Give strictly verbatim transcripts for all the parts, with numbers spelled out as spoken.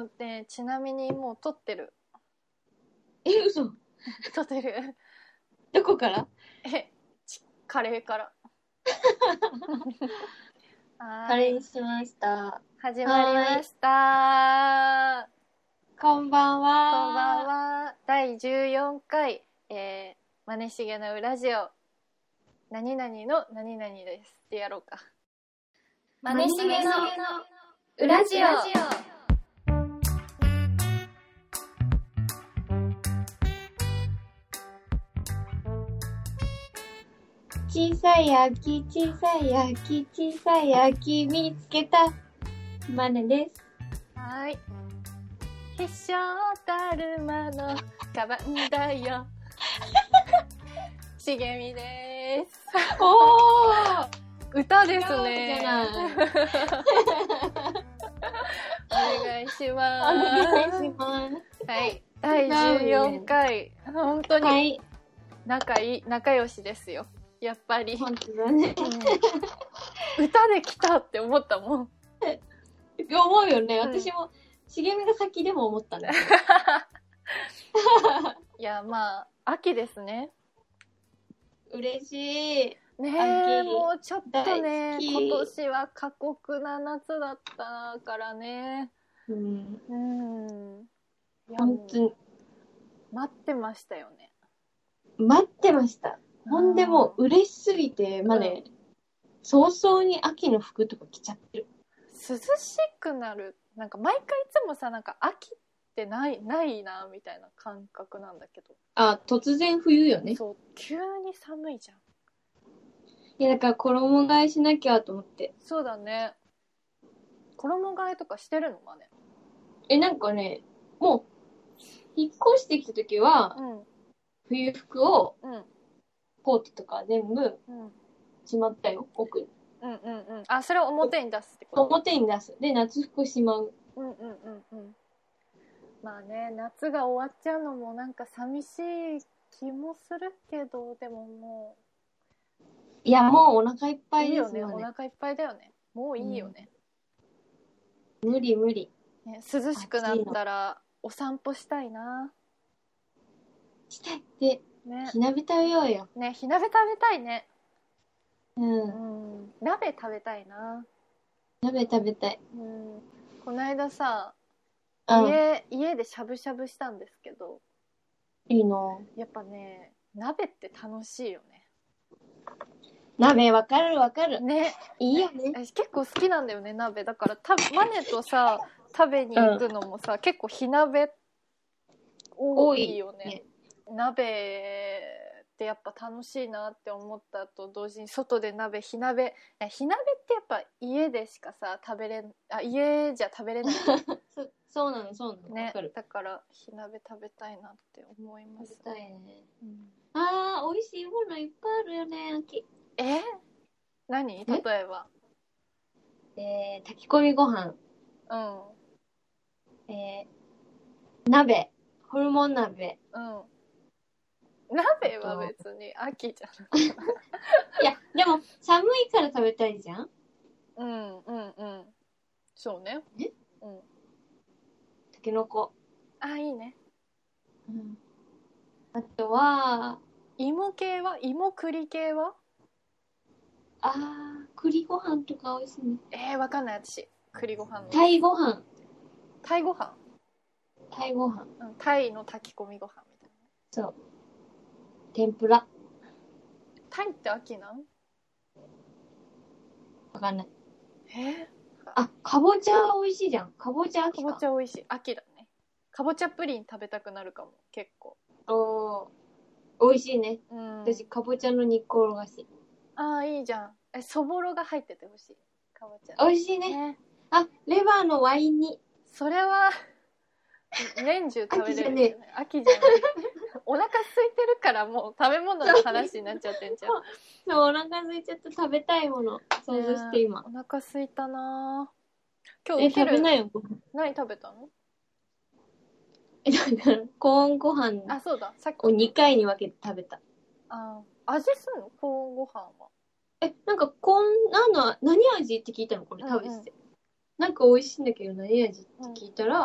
うね、ちなみにもう撮ってる。 え、嘘。 撮ってる。 どこから？ え、カレーから。 カレーにしました。 始まりました。 こんばんは。 こんばんは。だいじゅうよんかい、えー、まねしげのラジオ、何々の何々ですってやろうか。まねしげのラジオ。 小さい秋、小さい秋、小さい秋見つけたマネです。 はい。必勝だるまのカバンだよ。しげみです。 おー、 歌ですね。 じゃない。 お願いします。 お願いします。 はい。だいじゅうよんかい、本当に仲いい、仲良しですよ。やっぱり。 本当だね。 うん、歌で来たって思ったもん。 思うよね。 うん、 私も茂みが先でも思ったんだけど。 いや、まあ秋ですね。 嬉しい。 ねえ、もうちょっとね、今年は過酷な夏だったからね。 うん。 うん。いや、 本当に待ってましたよね。 待ってました。ほんでもう嬉しすぎて、まあね、うん、早々に秋の服とか着ちゃってる。 涼しくなる。なんか毎回いつもさ、なんか秋ってないないなみたいな感覚なんだけど。 あ、突然冬よね。 そう、急に寒いじゃん。 いや、だから衣替えしなきゃと思って。 そうだね。衣替えとかしてるのかね。 え、なんかね、もう引っ越してきた時は、うん、冬服を、うん、コートとか全部しまったよ、奥に。 うんうんうん。あ、それを表に出すってこと？ 表に出す。で、夏服しまう。 うんうんうんうん。まあね、夏が終わっちゃうのもなんか寂しい気もするけど、でももう。いや、もうお腹いっぱいですよね。いいよね、お腹いっぱいだよね。もういいよね。 うん、無理無理、 ね。涼しくなったらお散歩したいな。 したいって、ね、火鍋食べようよ。 ね、火鍋食べたいね。 うん。 うん、鍋食べたいな。 鍋食べたい。 うん。この間さ、家、うん、家でしゃぶしゃぶしたんですけど。 いいの。 やっぱね、鍋って楽しいよね。 鍋わかるわかる。 ね。 いいよね。 私結構好きなんだよね、鍋。だからたマネとさ、食べに行くのもさ、うん、結構火鍋多いよね。ね、鍋ってやっぱ楽しいなって思ったと同時に、外で鍋、火鍋、火鍋ってやっぱ家でしかさ食べれん、あ、家じゃ食べれないそ, そうなのそうなの、 ね、 かる。 だから火鍋食べたいなって思います。 食べたいね。うん、あー、美味しいものいっぱいあるよね、秋。 え？何？例えば。 えー、炊き込みご飯。 うん。 えー、鍋。ホルモン鍋。 うん。鍋は別に秋じゃん。 いや、でも寒いから食べたいじゃん。 うんうんうん。そうね。 え？ うん。 たけのこ。 あ、いいね。 うん。あとは芋系は？芋栗系は？ あー、栗ご飯とか美味しいね。 えー、わかんない私。栗ご飯の。 タイご飯。 タイご飯。 タイご飯。 うん、タイの炊き込みご飯みたいな。そう。天ぷら。 タイって秋なん？ わかんない。 えー、 あ、かぼちゃ美味しいじゃん。かぼちゃ秋か。 かぼちゃ美味しい。秋だね。かぼちゃプリン食べたくなるかも、結構。 おー、美味しいね。うん。私、かぼちゃの煮っころがし。 ああ、いいじゃん。え、そぼろが入っててほしい。かぼちゃ。 美味しいね。ね。あ、レバーのワイン煮。 それは、年中食べれるんじゃない？秋じゃない。お腹空いてるからもう食べ物の話になっちゃってんじゃん。 そう、お腹空いちゃった食べたいもの想像して今。 お腹空いたな今日お昼。 え、食べないよ。 何食べたの？ え、だからコーンご飯。 あ、そうだ。さっきをにかいに分けて食べた。 あ、味すんの？コーンご飯は。 え、なんかコーン、なんの、何味って聞いたのこれ食べてて。うんうん、なんか美味しいんだけど何味って聞いたら、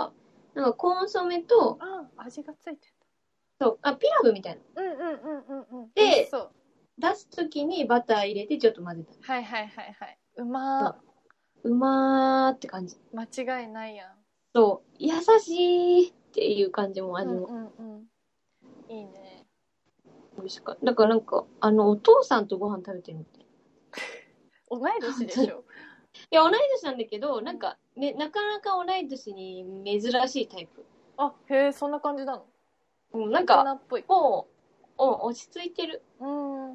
なんかコンソメと、 あ、味がついてた。そう、あ、ピラフみたいな。うんうんうんうんうん。 で、 そう。 出すときにバター入れてちょっと混ぜた。 はいはいはいはい。うまー。 うまーって感じ。 間違いないやん。 そう、優しいっていう感じも味も。 うんうんうん。いいね。 美味しかった。だからなんか、あの、お父さんとご飯食べてるみたい。 同い年でしょ。 いや、同い年なんだけど、なんか、ね、なかなか同い年に珍しいタイプ。 あ、へえ、そんな感じなの？ うん、なんか、 大人っぽい。 もう、お落ち着いてる。 うん。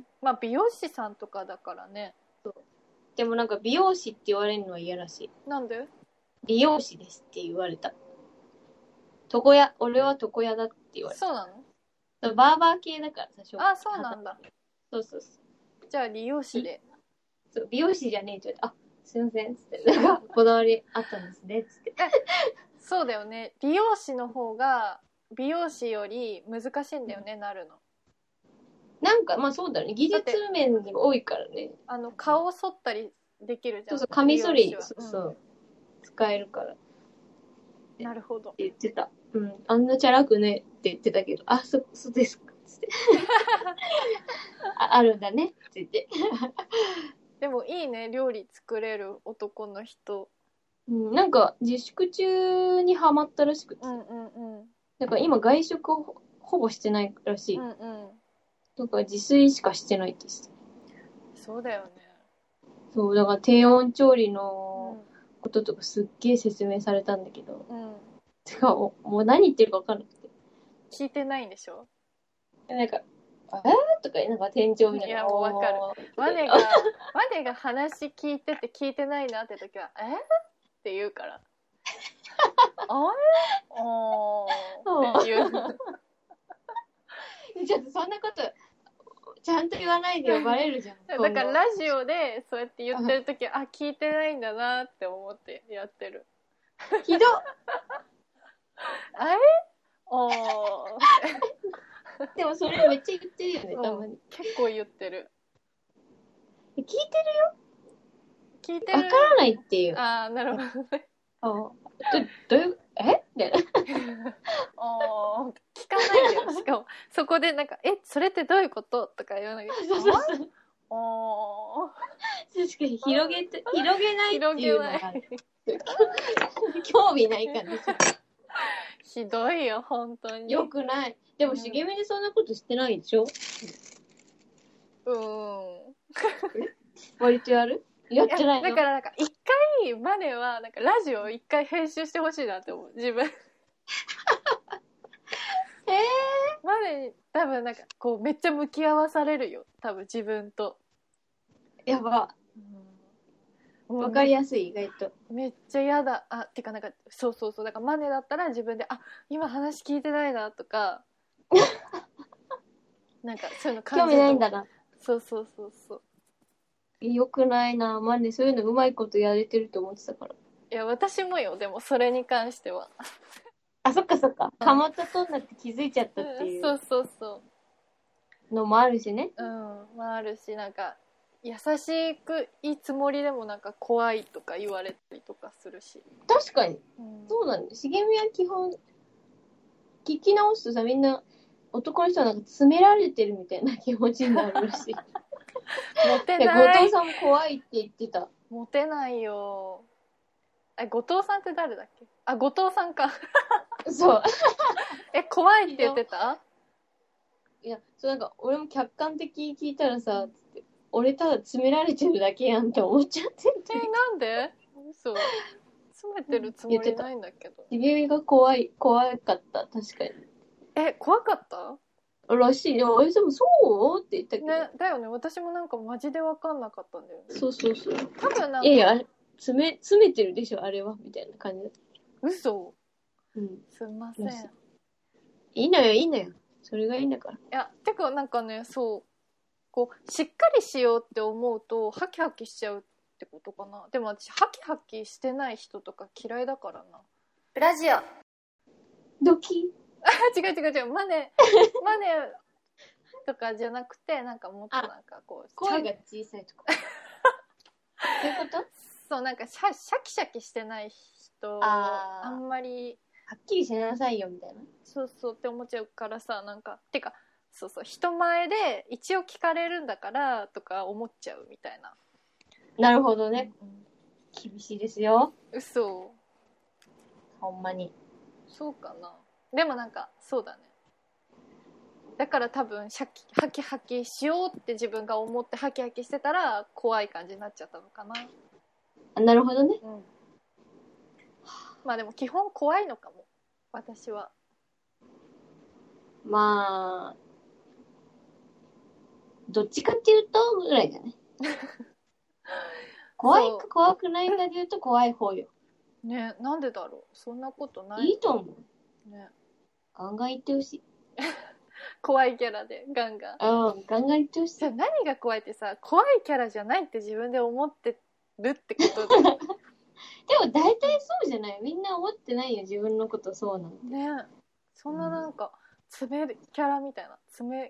まあ、美容師さんとかだからね。 そう。でもなんか、美容師って言われるのは嫌らしい。 なんで？ 美容師ですって言われた。床屋、俺は床屋だって言われた。 そうなの？ バーバー系だからさ、 あ、そうなんだ。 そうそうそう。 じゃあ、理容師で。 そう、美容師じゃねえって言われて、あ、すいません、つって。なんか、こだわりあったんですね、つって。 そうだよね。理容師の方が、美容師より難しいんだよね、なるの。 なんか、まあそうだね。技術面が多いからね。 あの、顔を剃ったりできるじゃん。 そうそう、カミソリ、 そうそう、うん、使えるから。 なるほど。 って言ってた。うん。あんなチャラくねって言ってたけど、あ、そ、そうですか。つってあ。あるんだね。って言って。 でもいいね、料理作れる男の人。 うん、なんか、自粛中にハマったらしくて。 うんうんうん。 だから今、外食をほぼしてないらしい。 うんうん。 だから自炊しかしてないって言ってた。 そうだよね。 そう、だから低温調理のこととかすっげえ説明されたんだけど。うん。てか、もう、もう何言ってるか分かんなくて。 聞いてないんでしょ？ なんか、えーとか、なんか天井みたいな。いや、もう分かる。 マネが、マネが話聞いてて聞いてないなって時は、えーって言うから。あれおーって言う。 ちょっとそんなこと、ちゃんと言わないでよ、バレるじゃん。 だからラジオでそうやって言ってる時は、あ、聞いてないんだなって思ってやってる。 ひどっあれおーでもそれめっちゃ言ってるよね、たまに。 結構言ってる。 聞いてるよ。 聞いてる。 わからないっていう。 ああ、なるほどね。 あど、どういう、えみたいな。 おー聞かないでよ。しかも、そこでなんか、え、それってどういうこととか言わなきゃ。そうそうそう。おー確かに広げて、広げないっていうのがある。興味ないからさ。 ひどいよ、本当に。 よくない。でも、茂みでそんなことしてないでしょ？ うーん。 割とやる？やってないの？ だからなんか、一回、マネは、なんかラジオ一回編集してほしいなって思う。自分。 えー、 マネに、多分なんか、こう、めっちゃ向き合わされるよ。多分自分と。 やば。わかりやすい、意外と。 めっちゃ嫌だ。あ、てかなんか、そうそうそう。だからマネだったら自分で、あ、今話聞いてないなとか、なんかそういうの感じる。興味ないんだな。そうそうそうそう。 よくないな。マネそういうのうまいことやれてると思ってたから。 いや、私もよ。でもそれに関しては。 あ、そっかそっか。かまったとんなって気づいちゃったっていう。 そうそうそう。 のもあるしね。 うん。まああるし、なんか、優しくいいつもりでもなんか怖いとか言われたりとかするし。 確かに。うん、そうなんだ。茂みは基本、聞き直すとさ、みんな、男の人はなんか詰められてるみたいな気持ちになるらしい。モテない。後藤さんも怖いって言ってた。 モテないよ。え、後藤さんって誰だっけ？あ、後藤さんか。そう。え、怖いって言ってた？ いや、そうなんか、俺も客観的に聞いたらさ、つって俺ただ詰められてるだけやんって思っちゃってて。 え、なんで？嘘。詰めてるつもりないんだけど。 茂みが怖い、怖かった、確かに。 え、怖かった？ らしい。でも、あいつもそうって言ったけど。 ね、だよね。私もなんかマジで分かんなかったんだよね。 そうそうそう。 多分なんか。 いやいや、詰め、詰めてるでしょ、あれは。みたいな感じだ。 嘘。 うん。 すいません。 いいのよ、いいのよ。それがいいんだから。いや、てかなんかね、そう。こう、しっかりしようって思うと、ハキハキしちゃうってことかな。でも私、ハキハキしてない人とか嫌いだからな。ラジオ。 ドキあ、違う違う違う。マネ、マネとかじゃなくて、なんかもっとなんかこう。 声が小さいとか。どういうこと？ そう、なんかシャシャキシャキしてない人、あ, あんまりはっきりしなさいよみたいな。 そうそうって思っちゃうからさ、なんかてかそうそう人前で一応聞かれるんだからとか思っちゃうみたいな。 なるほどね、うん、厳しいですよ。 嘘。 ほんまに。 そうかな。でもなんかそうだね。だから多分シャキハキハキしようって自分が思ってハキハキしてたら怖い感じになっちゃったのかな。 あ、なるほどね、 うん、まあでも基本怖いのかも私は。 まあどっちかっていうとぐらいだね。怖いか怖くないかで言うと怖い方よ。 ね、なんでだろう。そんなことない。 いいと思う。 ね。 ガンガン言ってほしい。 怖いキャラでガンガン。 うん、ガンガン言ってほしい。 じゃあ何が怖いってさ、怖いキャラじゃないって自分で思ってるってことで。でも大体そうじゃない。みんな思ってないよ、自分のことそうなんて。 ね。そんななんか、爪キャラみたいな。爪。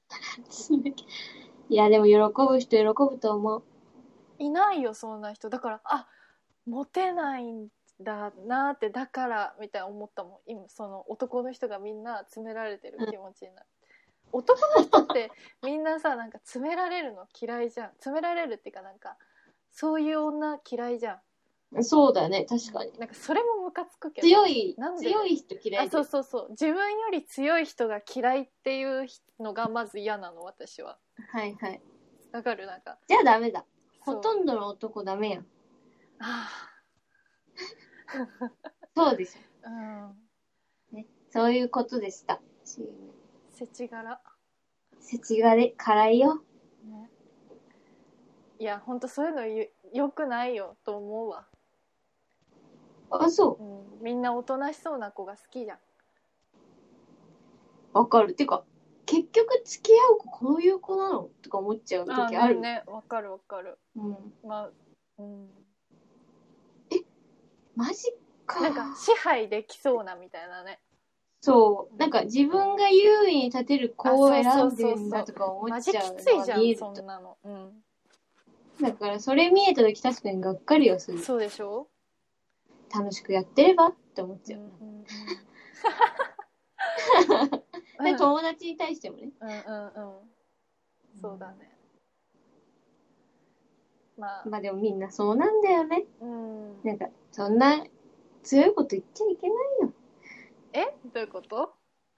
いや、でも喜ぶ人喜ぶと思う。 いないよ、そんな人。だから、あ、モテないんだなって、だから、みたいな思ったもん。今、その男の人がみんな詰められてる気持ちになる。うん、男の人ってみんなさ、なんか詰められるの嫌いじゃん。詰められるっていうかなんか、そういう女嫌いじゃん。そうだね、確かに。 なんかそれもムカつくけど。 強い、強い人嫌い。 あ、そうそうそう。自分より強い人が嫌いっていうのがまず嫌なの、私は。 はいはい。 わかる？なんか。 じゃあダメだ。ほとんどの男ダメやん。ああ。そうでしょ。うん。ね、そういうことでした。 せちがら。 せちがれ、辛いよ。 ね、いや、ほんとそういうのよ、よくないよと思うわ。 あ、そう、 うん。みんなおとなしそうな子が好きじゃん。 わかる。てか、結局付き合う子こういう子なのとか思っちゃう時ある。 あね、わかるわかる。うん。まあ、うん。 え、マジか。 なんか支配できそうなみたいなね。 そう。なんか自分が優位に立てる子を選んでんだとか思っちゃう。 マジきついじゃん、そんなの。うん。だからそれ見えた時確かにがっかりはする。 そうでしょ？ 楽しくやってればって思っちゃう。うんうんうん、で友達に対してもね。うんうんうん。 そうだね。まあ。 まあでもみんなそうなんだよね。うん。なんかそんな強いこと言っちゃいけないよ。 え？どういうこと？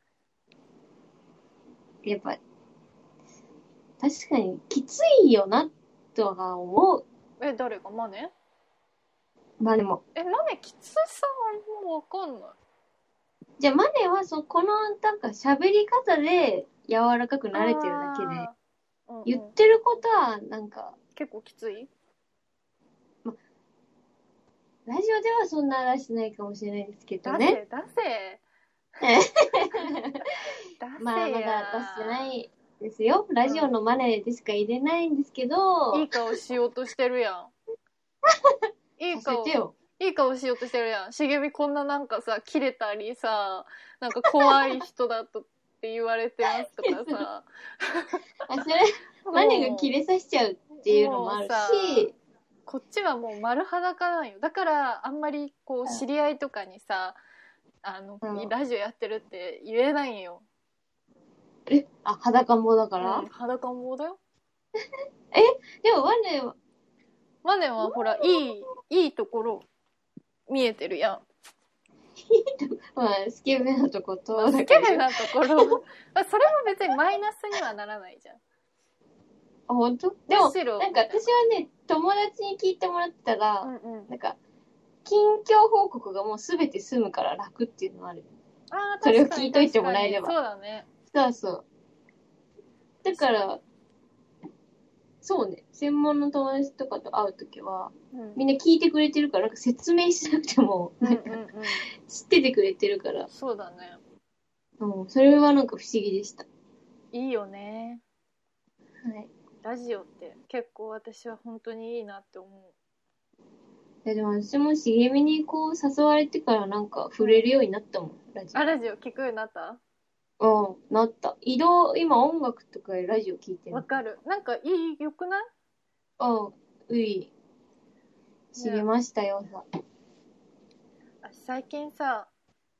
やっぱ確かにきついよなとは思う。 え、誰がマネ？ まあでも。 え、マネきつさはもうわかんない。 じゃあマネはそこのなんか喋り方で柔らかくなれてるだけで、うんうん、言ってることはなんか結構きつい、 ま、ラジオではそんな出してないかもしれないですけどね。 出せ出せまあまだ出してないですよ。ラジオのマネでしか入れないんですけど、 うん、いい顔しようとしてるやん。いい顔いい顔しようとしてるやん。茂みこんななんかさ、切れたりさ、なんか怖い人だとって言われてますとかさ。 あ、それ、マネが切れさせちゃうっていうのもあるし、 こっちはもう丸裸なんよ。だからあんまりこう知り合いとかにさ、あの、うん、ラジオやってるって言えないんよ。 え、あ、裸ん坊だから？うん、 裸ん坊だよ。 え、でもマネは、 マネはほら、いい、いいところ見えてるやん。 まあ、スケベなとこと、まあ、 スケベなところまあそれも別にマイナスにはならないじゃん。 あ、本当？でも、なんか私はね、友達に聞いてもらったら、うんうん、なんか、近況報告がもうすべて済むから楽っていうのもある。あ、それを聞いといてもらえれば。 そうだね。 そうそう。だから、そうね、専門の友達とかと会うときは、うん、みんな聞いてくれてるから、なんか説明しなくても、なんか、うんうんうん、知っててくれてるから。 そうだね。 うん、それはなんか不思議でした。 いいよね。 はい。 ラジオって結構私は本当にいいなって思う。 いやでも私も茂みにこう誘われてからなんか触れるようになったもん、 ラジオ。あ、ラジオ聞くようになった？ うん、なった。移動、今音楽とかラジオ聞いてる。 わかる。なんかいい、よくない？ うん、うい。知りましたよ、さ。 あ、最近さ、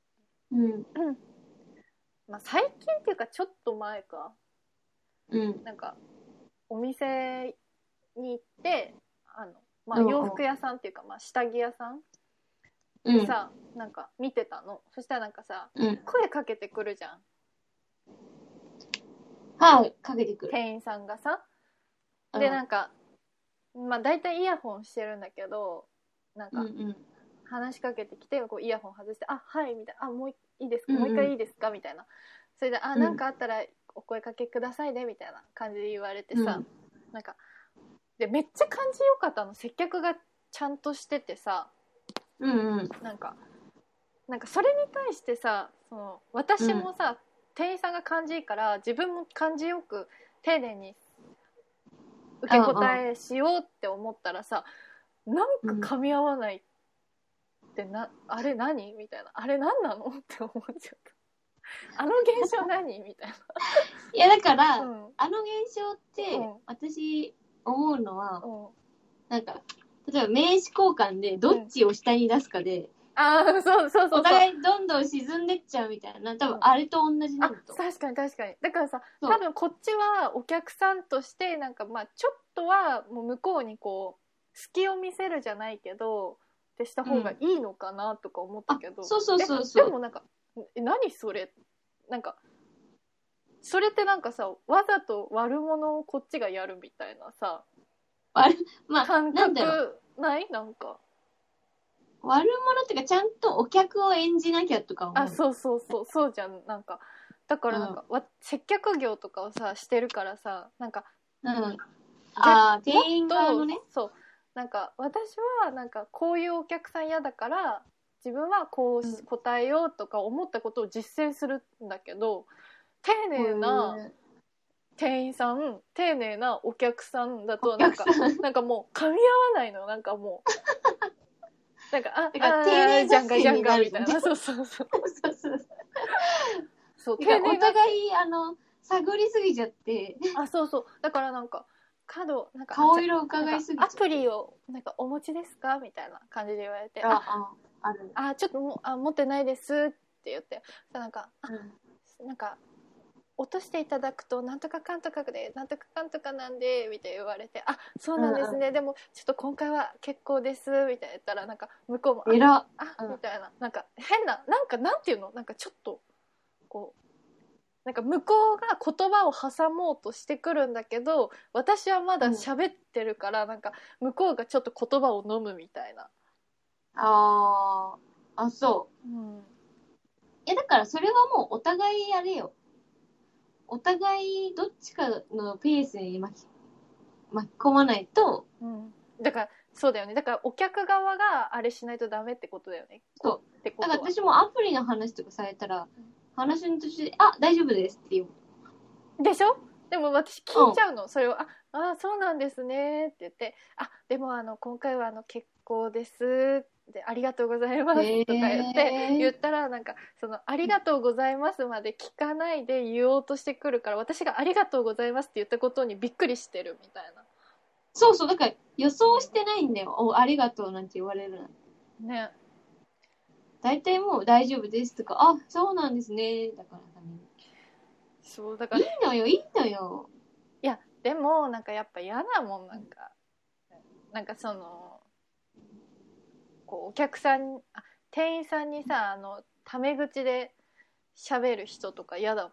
うん。 まあ最近っていうかちょっと前か。 うん。 なんかお店に行ってあの、まあ、洋服屋さんっていうか、まあ、下着屋さんでさ、うん、なんか見てたの。そしたらなんかさ、うん、声かけてくるじゃん。 はい、かけてくる。 店員さんがさ。で、なんか、まあ大体イヤホンしてるんだけど、なんか、話しかけてきて、こうイヤホン外して、あ、はい、みたいな、あ、もういいですか、もう一回いいですかみたいな。それで、あ、なんかあったらお声かけくださいね、みたいな感じで言われてさ、うん、なんか、で、めっちゃ感じよかったの。接客がちゃんとしててさ、 うんうん、 なんか、なんかそれに対してさ、その私もさ、うん、店員さんが感じいいから自分も感じよく丁寧に受け答えしようって思ったらさ、なんか噛み合わないってな、あれ何みたいな、あれ何なのって思っちゃった。あの現象何みたいな。 いやだから、うん、あの現象って、うん、私思うのは、うん、なんか例えば名刺交換でどっちを下に出すかで、うん、 ああ、そうそうそうそう。 お互いどんどん沈んでっちゃうみたいな、多分あれと同じなんだと、うん、 確かに確かに。だからさ、多分こっちはお客さんとしてなんかまあちょっとはもう向こうにこう隙を見せるじゃないけどってした方がいいのかなとか思ったけど、うん、 そうそうそうそう。 でもなんかえ何それ、なんかそれってなんかさ、わざと悪者をこっちがやるみたいなさ、まあ、感覚ない？なんか悪者っていうかちゃんとお客を演じなきゃとか思う。 あ、そうそうそうそうじゃん。なんかだからなんか、うん、接客業とかをさしてるからさ、なんか、 うん、あ店員側のね、 そうなんか私はなんかこういうお客さん嫌だから自分はこう答えようとか思ったことを実践するんだけど、丁寧な店員さん、丁寧なお客さんだとなんかなんかもう噛み合わないの、なんかもうなんかあだから丁寧ジャンガジャンガみたいな、そうそうそうそうそうそう丁寧お互いあの探りすぎちゃって、 あ、そうそう、だからなんか角なんか顔色を伺いすぎちゃって、 アプリをなんかお持ちですかみたいな感じで言われて、 あああるあちょっともあ持ってないですって言って、なんか、うん、なんか落としていただくとなんとかかんとかでなんとかかんとかなんでみたいな言われて、あそうなんですね、うんうん、でもちょっと今回は結構ですみたいな言ったら、なんか向こうもえらあ、うん、みたいな、なんか変ななんかなんていうの、なんかちょっとこうなんか向こうが言葉を挟もうとしてくるんだけど私はまだ喋ってるから、うん、なんか向こうがちょっと言葉を飲むみたいな。 あーあそう、うん、いやだからそれはもうお互いやれよ、お互いどっちかのペースに巻き、巻き込まないと、 うん、だからそうだよね、だからお客側があれしないとダメってことだよね。 そうってことはだから私もアプリの話とかされたら、うん、話の途中であ大丈夫ですって言うでしょ。でも私聞いちゃうの、うん、それをああそうなんですねって言って、あでもあの今回はあの結構ですでありがとうございますとか言って言ったら、なんかそのありがとうございますまで聞かないで言おうとしてくるから、私がありがとうございますって言ったことにびっくりしてるみたいな。 そうそう、だから予想してないんだよ、おありがとうなんて言われるのね。 大体もう大丈夫ですとか、あそうなんですねだからダメ。 そうだからいいいのよいいのよ。 いやでもなんかやっぱ嫌だもん、なんかなんかそのこうお客さんあ店員さんにさ、あのタメ口で喋る人とか嫌だもん。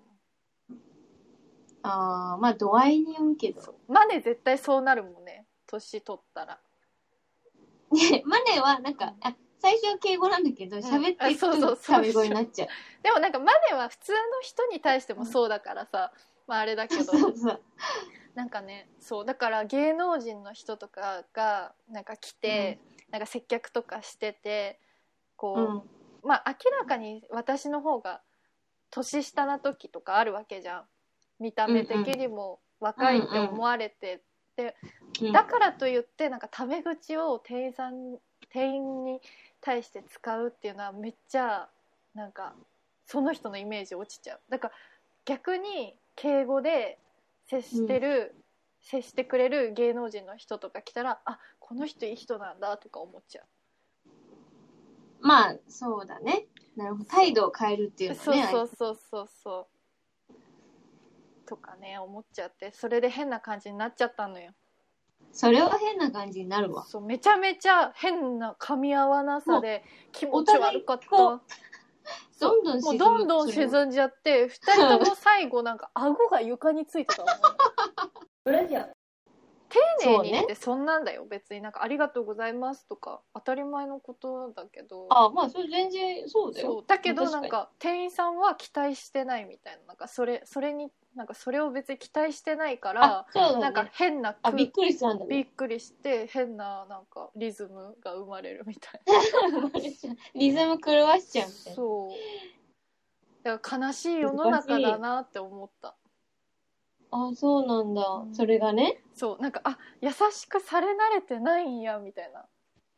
ああまあ度合いによるけど、 マネ絶対そうなるもんね、年取ったら。 ねマネはなんかあ最初は敬語なんだけど喋、うん、っていくとタメ語になっちゃう。 でもなんかマネは普通の人に対してもそうだからさ、まああれだけどそうそうなんかね、そうだから芸能人の人とかがなんか来て、うん、なんか接客とかしててこう、うん、まあ明らかに私の方が年下な時とかあるわけじゃん、見た目的にも若いって思われて、うんうん、でだからといってなんかタメ口を店員さん店員に対して使うっていうのはめっちゃなんかその人のイメージ落ちちゃう。だから逆に敬語で接してる、うん、接してくれる芸能人の人とか来たら、あこの人いい人なんだとか思っちゃう。 まあそうだね。 なるほど。態度を変えるっていうのね。 そうそうそうそうそうとかね思っちゃって、それで変な感じになっちゃったのよ。 それは変な感じになるわ。 そうめちゃめちゃ変な噛み合わなさで気持ち悪かった。 どんどん沈む。 もうどんどん沈んじゃって、二人とも最後なんか顎が床についてたもん。 ブラジャー。 丁寧にってそんなんだよ、別になんかありがとうございますとか当たり前のことだけど。 あ、まあそれ全然そうだよ。 そうだけどなんか店員さんは期待してないみたいな、なんかそれそれになんかそれを別に期待してないから、ね、なんか変なあびっくりしたんだ、 ね、びっくりして変ななんかリズムが生まれるみたいな。リズム狂わしちゃうみたいな。 そうだから悲しい世の中だなって思った。 あ、そうなんだ、うん、それがね。 そうなんかあ優しくされ慣れてないんやみたいな。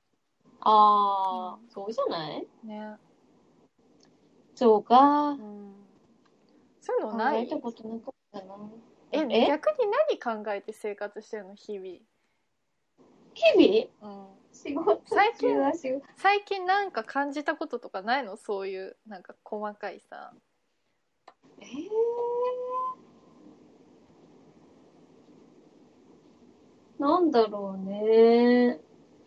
あー、うん、そうじゃないね。 そうか、うん、 そういうのない？ 考えたことなかったな。 ええ逆に何考えて生活してるの日々？ 日々？うん、仕事最近最近なんか感じたこととかないの？そういうなんか細かいさ。 えーなんだろうね。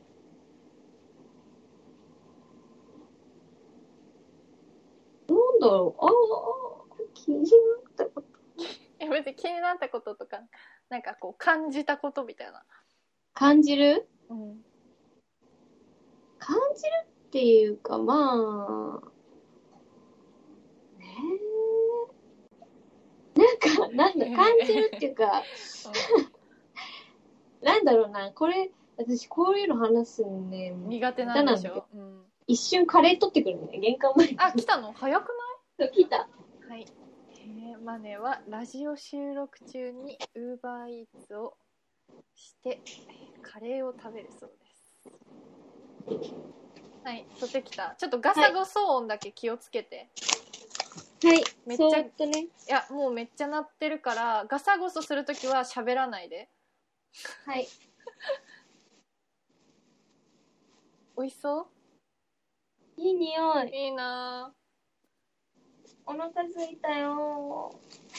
なんだろう。ああ、気になったこと。 え、別に気になったこととか、なんかこう感じたことみたいな。 感じる？ うん。 感じるっていうか、まあ、ねえ。なんか、なんだ、感じるっていうか、うん、なんだろうな、これ、私こういうの話すのね、 苦手なんでしょ、うん、 一瞬カレー取ってくるのね、玄関前に。 あ、来たの早くない？そう、来た。 はい。えー、マネはラジオ収録中にウーバーイーツをしてカレーを食べるそうです。はい、取ってきた。ちょっとガサゴソ音だけ気をつけて。 はい。 めっちゃ、とね、いやもうめっちゃ鳴ってるからガサゴソするときは喋らないで。 はい。 美味しそう？ いい匂い。 いいな。 お腹すいたよ。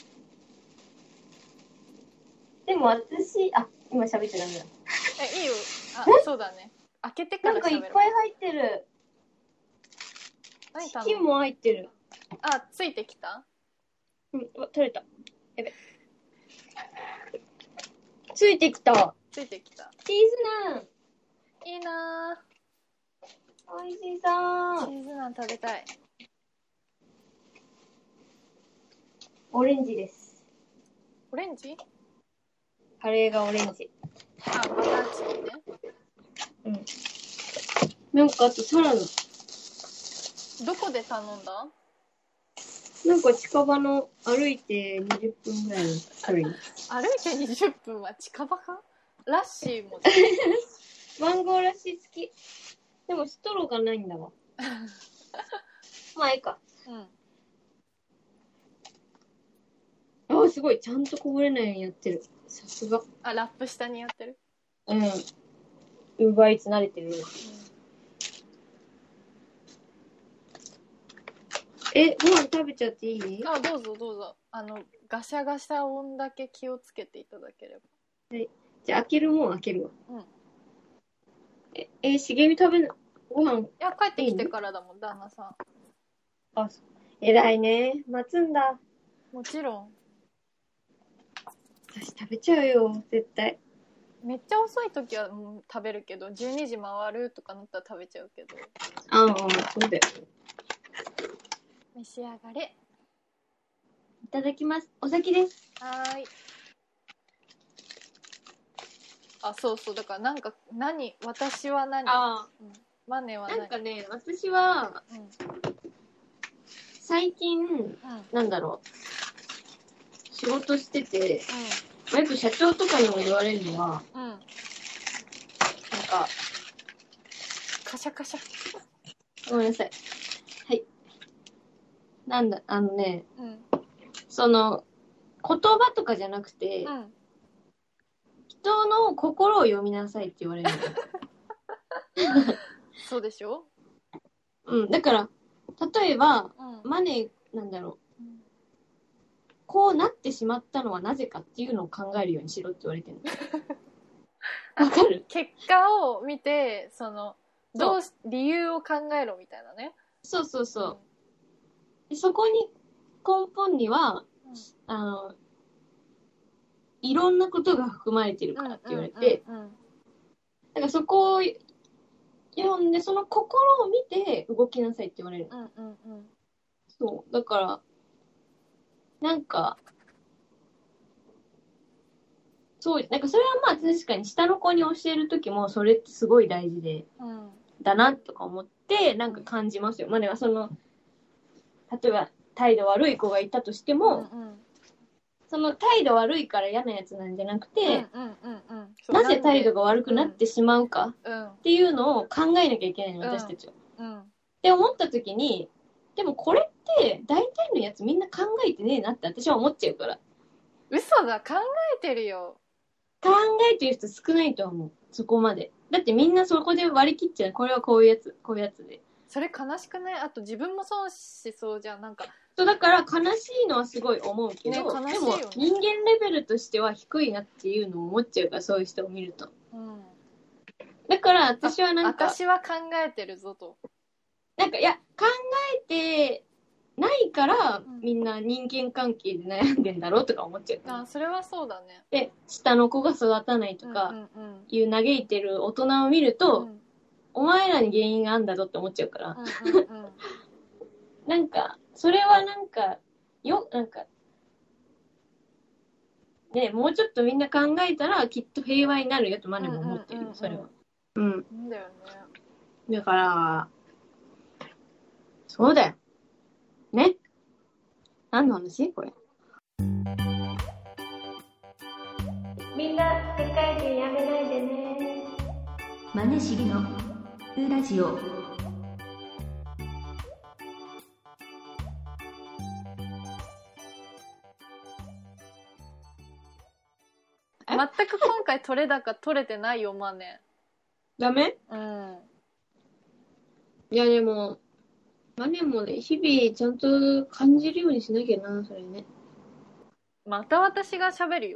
でも私、あ、今喋ってダメだ。 え、いいよ。あ、そうだね。開けてから喋る。 なんかいっぱい入ってる。 何チキンも入ってる。 あ、ついてきた？ うん、取れた。やべ。ついてきた。 ついてきた。 チーズナン。 いいなぁ。 おいしそう。 チーズナン食べたい。 オレンジです。 オレンジ？ カレーがオレンジ。 あ、バターチキンね。 うん。なんかあとサラダ。 どこで頼んだ？ なんか近場の歩いてにじゅっぷんぐらいの距離。 歩いてにじゅっぷんは近場か？ラッシーもマンゴーラッシー好き。でもストローがないんだわ。まあいいか。うん。あ、すごい。ちゃんとこぼれないようにやってる。さすが。 あ、ラップ下にやってる。 うん。ウーバーイーツ慣れてる。うん、え、ご飯食べちゃっていい？ あ、どうぞどうぞ。あの、ガシャガシャ音だけ気をつけていただければ。 はい。じゃあ開けるもん開けるわ。うん。え、え、茂み食べな、ご飯。いや、帰ってきてからだもん、旦那さん。 あ、偉いね。待つんだ。 もちろん。 私食べちゃうよ、絶対。 めっちゃ遅い時は、うん、食べるけど、じゅうにじ回るとかなったら食べちゃうけど。 ああ、そうだよ。 召し上がれ。 いただきます。お先です。 はーい。あ、そうそう。だからなんか、何私は何あ、うん、マネは何なんかね、私は、うん、最近、うん、なんだろう。仕事してて、うん、よく社長とかにも言われるのは、うん、なんか、 カシャカシャ。 ごめんなさい。はい。なんだ、あのね、うん、その、言葉とかじゃなくて、うん、人の心を読みなさいって言われるの。 そうでしょ？ うん、だから、 例えば、 うん、 マネ、なんだろう、うん、こうなってしまったのはなぜかっていうのを考えるようにしろって言われてるの。わかる？ 結果を見て、その、どうし、理由を考えろみたいなね。 そうそうそう。うん、でそこに、根本には、うん、あの、いろんなことが含まれてるからって言われて、うんうんうんうん、だからそこを読んで、その心を見て動きなさいって言われる。うんうんうん、そう。だから、なんか、そう、なんかそれはまあ確かに下の子に教えるときもそれってすごい大事で、うん、だなとか思って、なんか感じますよ。まあでもその、例えば態度悪い子がいたとしても、うんうん、その態度悪いから嫌なやつなんじゃなくて、うんうんうんうん、なぜ態度が悪くなってしまうかっていうのを考えなきゃいけないの、うん、私たちは、うん。って思ったときに、でもこれって大体のやつみんな考えてねえなって私は思っちゃうから。 嘘だ、考えてるよ。 考えてる人少ないと思う。そこまで。だってみんなそこで割り切っちゃう。これはこういうやつ、こういうやつで。 それ悲しくない？あと自分もそうしそうじゃん。なんか。 そう、だから悲しいのはすごい思うけど、ね、悲しいよね、でも人間レベルとしては低いなっていうのを思っちゃうから、そういう人を見ると。うん、だから私はなんか。 私は考えてるぞと。 なんか、いや、考えてないから、うん、みんな人間関係で悩んでんだろうとか思っちゃう。 あ、それはそうだね。 で、下の子が育たないとか、いう嘆いてる大人を見ると、うんうん、お前らに原因があんだぞって思っちゃうから。うんうんうん、なんか、それはなんか、よ、なんか、ね、もうちょっとみんな考えたら、きっと平和になるよとマネも思ってるよ、うんうんうんうん、それは。うん。 うんだよね。 だから、そうだよ。ね。何の話これ。みんな、世界人やめないでね。 マネしりのウラジオ。 全く今回取れ高取れてないよ、マネ。 ダメ？うん。いや、でも、マネもね、日々ちゃんと感じるようにしなきゃな、それね。 また私が喋るよ。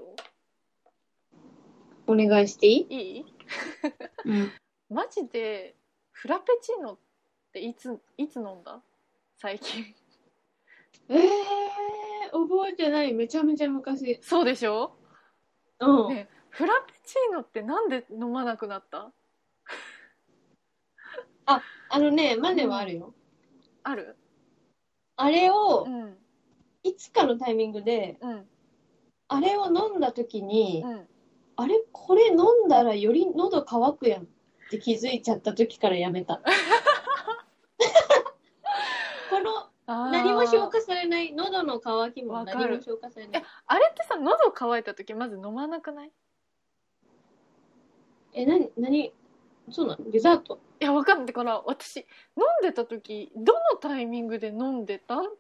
お願いしていい？ いい？うん。マジで、フラペチーノっていつ、いつ飲んだ？最近。 えー、覚えてない。めちゃめちゃ昔。 そうでしょ？うん。ね、フラペチーノってなんで飲まなくなった？ あ、あのね、マネはあるよ。うん、 ある？ あれを、うん、いつかのタイミングで、うん、あれを飲んだ時に、うん、あれこれ飲んだらより喉乾くやんって気づいちゃった時からやめた。この何も消化されない喉の渇きも何も消化されない。 え、あれってさ、喉乾いた時まず飲まなくない？ え、なに、なに、そうなの？デザート？ いや、わかんないから、私、飲んでた時、どのタイミングで飲んでたんって。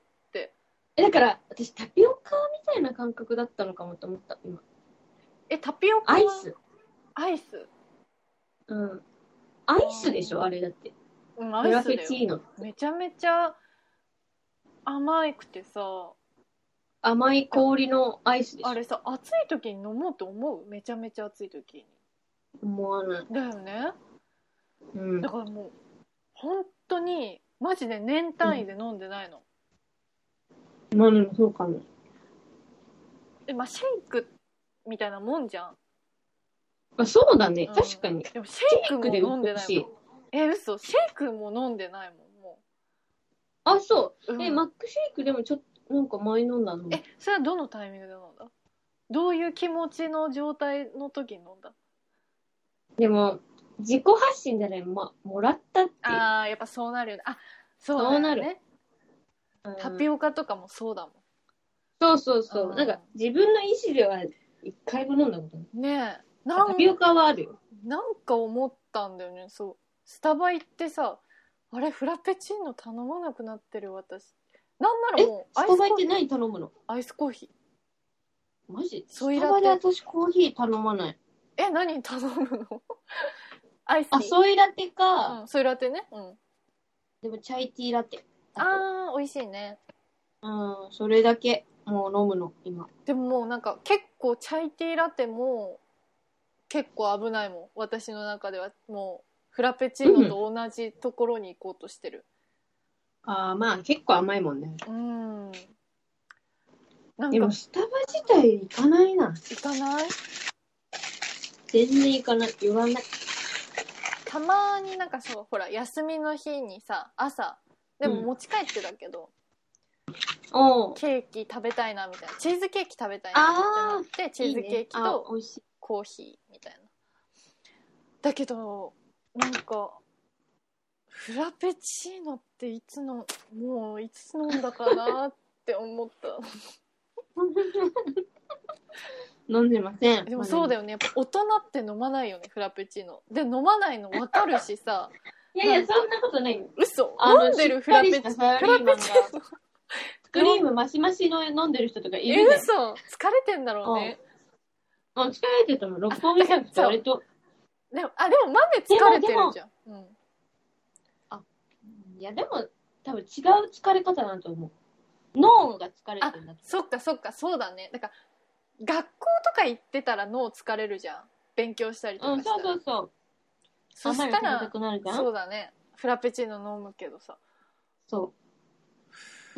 え、だから、私、タピオカみたいな感覚だったのかもと思った、今。 え、タピオカ？ アイス。 アイス。 うん。アイスでしょ、あれだって。 うん、アイスだよ。フラペチーノ。めちゃめちゃ甘くてさ。 甘い氷のアイスでしょ。 あれさ、暑い時に飲もうと思う？めちゃめちゃ暑い時に。 思わない。 だよね。うん。だからもう、本当に、マジで年単位で飲んでないの。 うん、まあでもそうかも。 え、まあ、シェイクみたいなもんじゃん。 あ、そうだね、うん、確かに。 でもシェイクも飲んでないもん。え、嘘、シェイクも飲んでないもん、もう。 あ、そう。うん、え、マックシェイクでもちょっと、なんか前飲んだの？ え、それはどのタイミングで飲んだ？どういう気持ちの状態の時に飲んだ？ でも、自己発信じゃない、ま、もらったっていう。 ああ、やっぱそうなるよね。あ、そうだよね。そうなる。タピオカとかもそうだもん。 そうそうそう。うん、なんか、自分の意思では一回も飲んだことない。 ねえ。 タピオカはあるよ。 なんか思ったんだよね、そう。スタバ行ってさ、あれ、フラペチーノ頼まなくなってる私。なんならもう、 スタバ行って何頼むの？ アイスコーヒー。マジ？スタバで私コーヒー頼まない。 え、何頼むの？アイスティー。 あ、ソイラテか。 うん、ソイラテね。うん。 でもチャイティーラテ。 あー美味しいね。 うん、それだけもう飲むの今。 でももうなんか結構チャイティーラテも結構危ないもん、私の中では。もうフラペチーノと同じところに行こうとしてる。 ああ、まあ結構甘いもんね。 うん。なんかでもスタバ自体行かないな。 行かない？ 全然行かない。言わない。 たまになんかそう、ほら休みの日にさ、朝でも持ち帰ってたけど、 うん、 ケーキ食べたいなみたいな、チーズケーキ食べたいなって思ってチーズケーキとコーヒーみたいな。だけどなんかフラペチーノっていつのもういつ飲んだかなって思った飲んでません。 でもそうだよね、やっぱ大人って飲まないよねフラペチーノで。飲まないの分かるしさいやいやそんなことないよ。 嘘、飲んでるフラペチーノフラペチーノクリームマシマシの飲んでる人とかいるね。 え、嘘、疲れてんだろうね。 あ、疲れてたの。六本木さんって割と。 でも、あ、でも豆疲れてるじゃん。うん。 あ、いやでも多分違う疲れ方なんと思う。脳が疲れてるんだと。 そっかそっか、そうだね。だから学校とか行ってたら脳疲れるじゃん。勉強したりとかしたら。うん、そうそうそう。そしたらそうだね。フラペチーノ飲むけどさ。そう。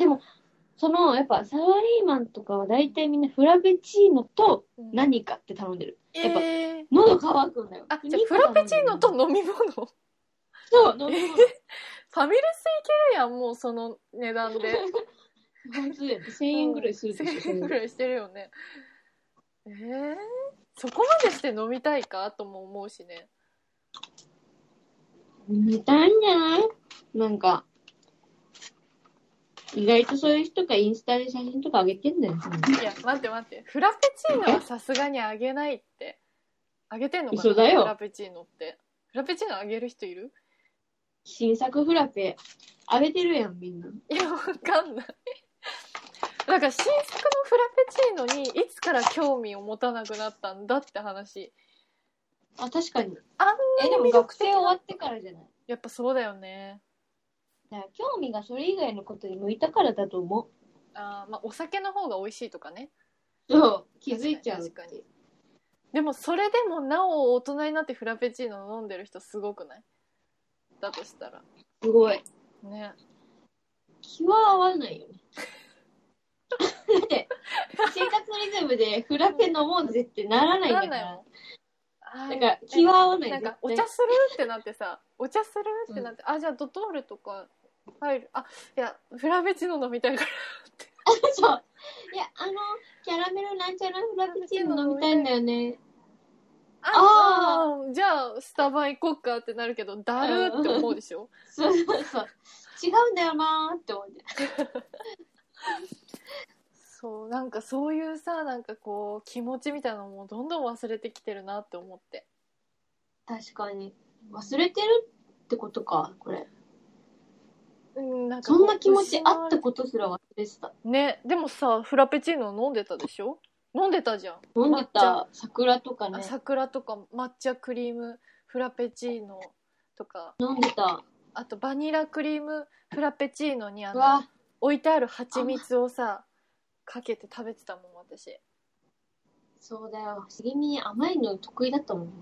でも。そのやっぱサラリーマンとかは大体みんなフラペチーノと何かって頼んでる。うん、やっぱ、えー、喉乾くんだよ。 あ、じゃあフラペチーノと飲み物。そう飲み物。えー、ファミレス行けるやんもうその値段で。 せんえんぐらいするでしょ。 せんえんぐらいしてるよね。えー、そこまでして飲みたいかとも思うしね。 飲みたいんじゃない？なんか。意外とそういう人がインスタで写真とか上げてんだよ。 いや、待って待って。フラペチーノはさすがに上げないって。上げてんのかな？ 嘘だよ。 フラペチーノって。フラペチーノ上げる人いる？ 新作フラペ、上げてるやん、みんな。 いや、わかんない。だから新作のフラペチーノにいつから興味を持たなくなったんだって話。 あ、確かに。 あんなに。え、でも学生終わってからじゃない？ やっぱそうだよね。 だから興味がそれ以外のことに向いたからだと思う。 ああ、まあお酒の方が美味しいとかね。 そう、気づいちゃう。 確かに。確かに。でもそれでもなお大人になってフラペチーノ飲んでる人すごくない？だとしたら。 すごい。 ね。 気は合わないよね。だって生活リズムでフラペ飲もうぜってならないんだから。なんか気は合わない。 なんかお茶するってなってさ、お茶するってなって、うん、あ、じゃあドトールとか入る。あ、いやフラペチーノ飲みたいからってそう。いや、あのキャラメルなんちゃらフラペチーノ飲みたいんだよね。 ああ、じゃあスタバ行こっかってなるけど、だるって思うでしょ。 そうそうそう。違うんだよなーって思って。 そう、なんかそういうさ、なんかこう気持ちみたいなのもどんどん忘れてきてるなって思って。 確かに忘れてるってことか、これ。 うん、なんかそんな気持ちあったことすら忘れてた。 ね、でもさ、フラペチーノ飲んでたでしょ？飲んでたじゃん。 飲んでた。桜とかね。 桜とか抹茶クリームフラペチーノとか。 飲んでた。 あとバニラクリームフラペチーノにあの置いてある蜂蜜をさかけて食べてたもん私。 そうだよ。茂み甘いの得意だったもんね。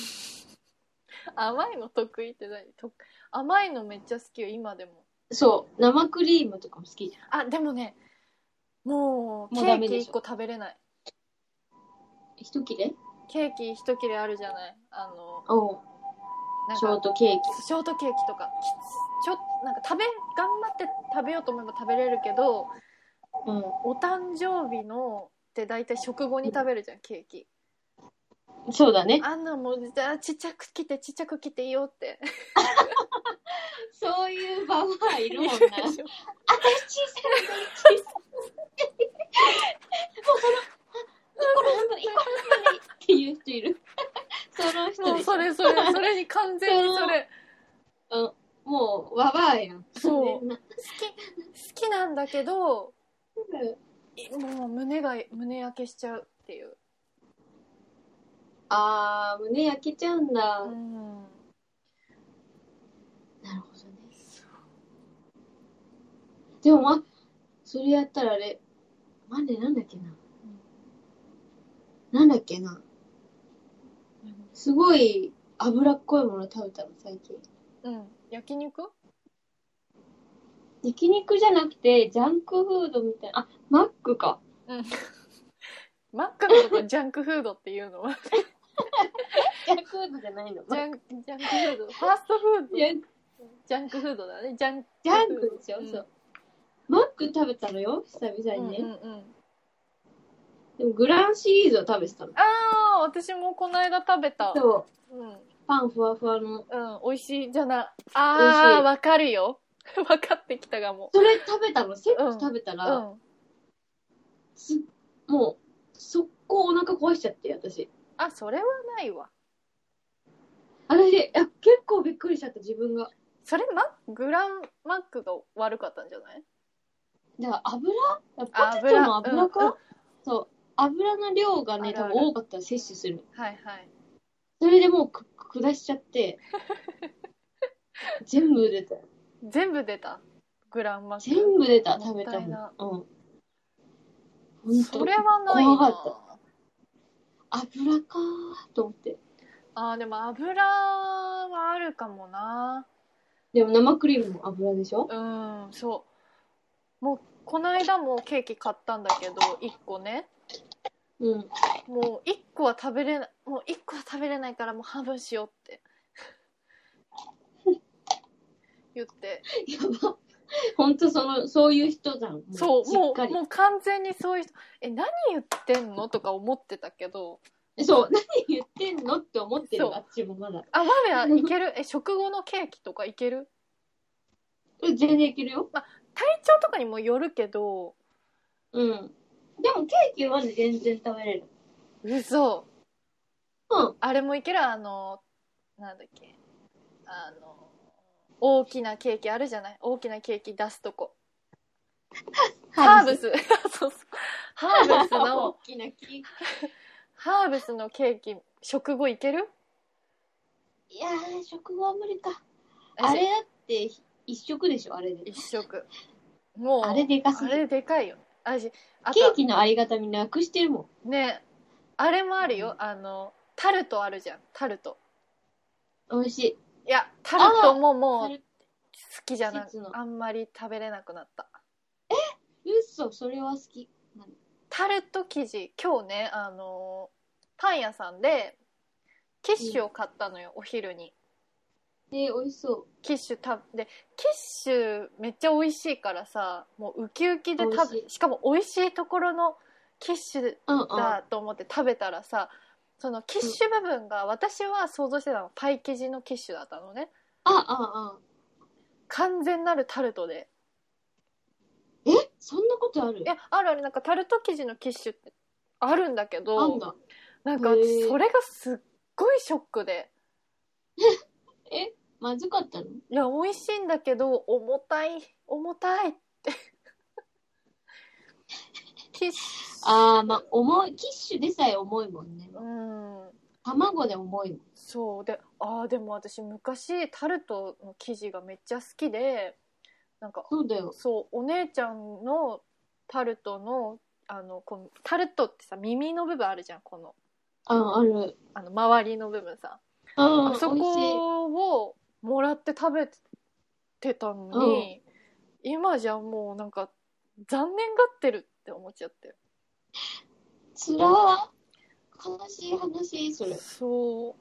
甘いの得意って何？と甘いのめっちゃ好きよ今でも。そう生クリームとかも好きじゃん。あ、でもね、もうケーキいっこ食べれない。 一切れ？ ケーキ一切れあるじゃない。あのおなんかショートケーキ。 ショートケーキとかちょなんか食べ頑張って食べようと思えば食べれるけど、うん、お誕生日のって大体食後に食べるじゃん、うん、ケーキ。 そうだね。 あんなもうじゃあちっちゃく切ってちっちゃく切っていいよって。 そういうババアいるもんな。私小さいの小さい。もうその一個の半分一個の半分でっていう人いる。その人で。 それそれそれに完全にそれ。 うん、もうババアやん。 そう。好き好きなんだけど、うん、もう胸が胸焼けしちゃうっていう。 あー、胸焼けちゃうんだ。うん。なるほどね。 でもま、それやったらあれ、マネなんだっけな。なんだっけな。すごい脂っこいもの食べたの、最近。 うん。焼肉？ 焼肉じゃなくて、ジャンクフードみたいな。あ、マックか。 うん。マックのことジャンクフードっていうの？ ジャンクフードじゃないの？ ジャンジャンクフード。ファーストフード。 ジャンジャンクフードだね。ジャンクジャンクでしょ、 うん、 そう。マック食べたのよ、久々にね。 うんうんうん、 でもグランシリーズを食べてたの。 ああ、私もこの間食べた。 そう。 うん。 パンふわふわの。 うん、美味しいじゃない。ああ、わかるよ。わかってきたかも。 それ食べたの、セット食べたら、 うんうん、 すもう、速攻お腹壊しちゃって、私。 あ、それはないわ。 私、いや、結構びっくりしちゃった、自分が。 それ、マグランマックが悪かったんじゃない？ だから油ポテトの油か、うんうん、そう。油の量がね、多分多かったら摂取する。 はいはい。 それでもうく下しちゃって、全部出た。 全部出た？グランマック。 全部出た、食べたもん。うん。 それはないな。 怖かった。油かーと思って。 あー、でも油はあるかもな。 でも生クリームも油でしょ？ うん、そう。もう、この間もケーキ買ったんだけど、いっこね。 うん。 もういっこは食べれない、もういっこは食べれないからもう半分しようって言って。 やば。ほんとその、そういう人じゃん。 そう、もう、もう完全にそういう人、え、何言ってんのとか思ってたけど。 そう、何言ってんのって思ってるあっちもまだ。 あ、まだいける？え、食後のケーキとかいける？ 全然いけるよ。 まあ、体調とかにもよるけど。 うん。でもケーキは全然食べれる。 嘘。 うん。 あれもいける？あの、なんだっけ。あの、大きなケーキあるじゃない？大きなケーキ出すとこ。ハーブス。そうそう。ハーブスの、 大きなケーキ。 ハーブスのケーキ、食後いける？ いやー、食後は無理か。あれだって一食でしょ、あれで。 一食。もう、 あれでかすぎる。 あれでかいよ。あケーキのありがたみなくしてるもん。ね。あれもあるよ。うん、あの、タルトあるじゃん。タルト。 美味しい。 いや、タルトももう、好きじゃなく、あんまり食べれなくなった。 え？嘘、それは好き。 タルト生地、今日ね、あの、パン屋さんで、キッシュを買ったのよ、うん、お昼に。 えー、美味しそう。 キッシュ食べ、で、キッシュめっちゃ美味しいからさ、もうウキウキで食べ、しかも美味しいところのキッシュだと思って食べたらさ、うんうん、そのキッシュ部分が、私は想像してたのパイ生地のキッシュだったのね。 あああ完全なるタルトで。 え、そんなことある？ いや、あるある。なんかタルト生地のキッシュってあるんだけど、 あんだ。 なんかそれがすっごいショックで。 え、まずかったの？いや、美味しいんだけど重たい重たいってキッシュ。 ああ、まあ重い、キッシュでさえ重いもんね。 うん。 卵で重いもん。 そうで、ああ、でも私昔タルトの生地がめっちゃ好きで、なんかそうだよ。 そう、お姉ちゃんのタルトのあのこのタルトってさ、耳の部分あるじゃん、このああるあの周りの部分さ、 ああそこをもらって食べてたのに、今じゃもうなんか残念がってるって思っちゃって。 つらー、悲しい話それ。 そう、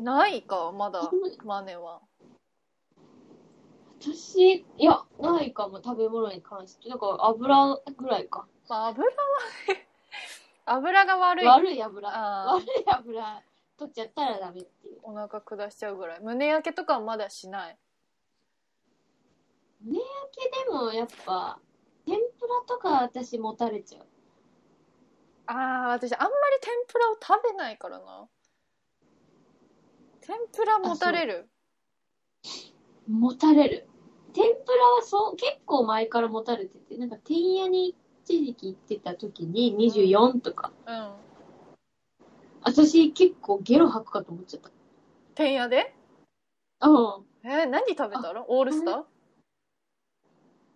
ないかまだマネは。 私、いや、ないかも、食べ物に関して。だから油ぐらいか。 まあ、油はね、油が悪い。 悪い油。悪い油取っちゃったらダメっていう。 お腹下しちゃうぐらい。胸焼けとかはまだしない。 胸焼けでもやっぱ、天ぷらとか私もたれちゃう。 ああ、私あんまり天ぷらを食べないからな。天ぷらもたれる？ もたれる。天ぷらはそう、結構前からもたれてて、なんか、てんやに一時期行ってた時ににじゅうよんとか。うん。うん、私結構ゲロ吐くかと思っちゃった。 てんやで？ うん。 えー、何食べたの？オールスター？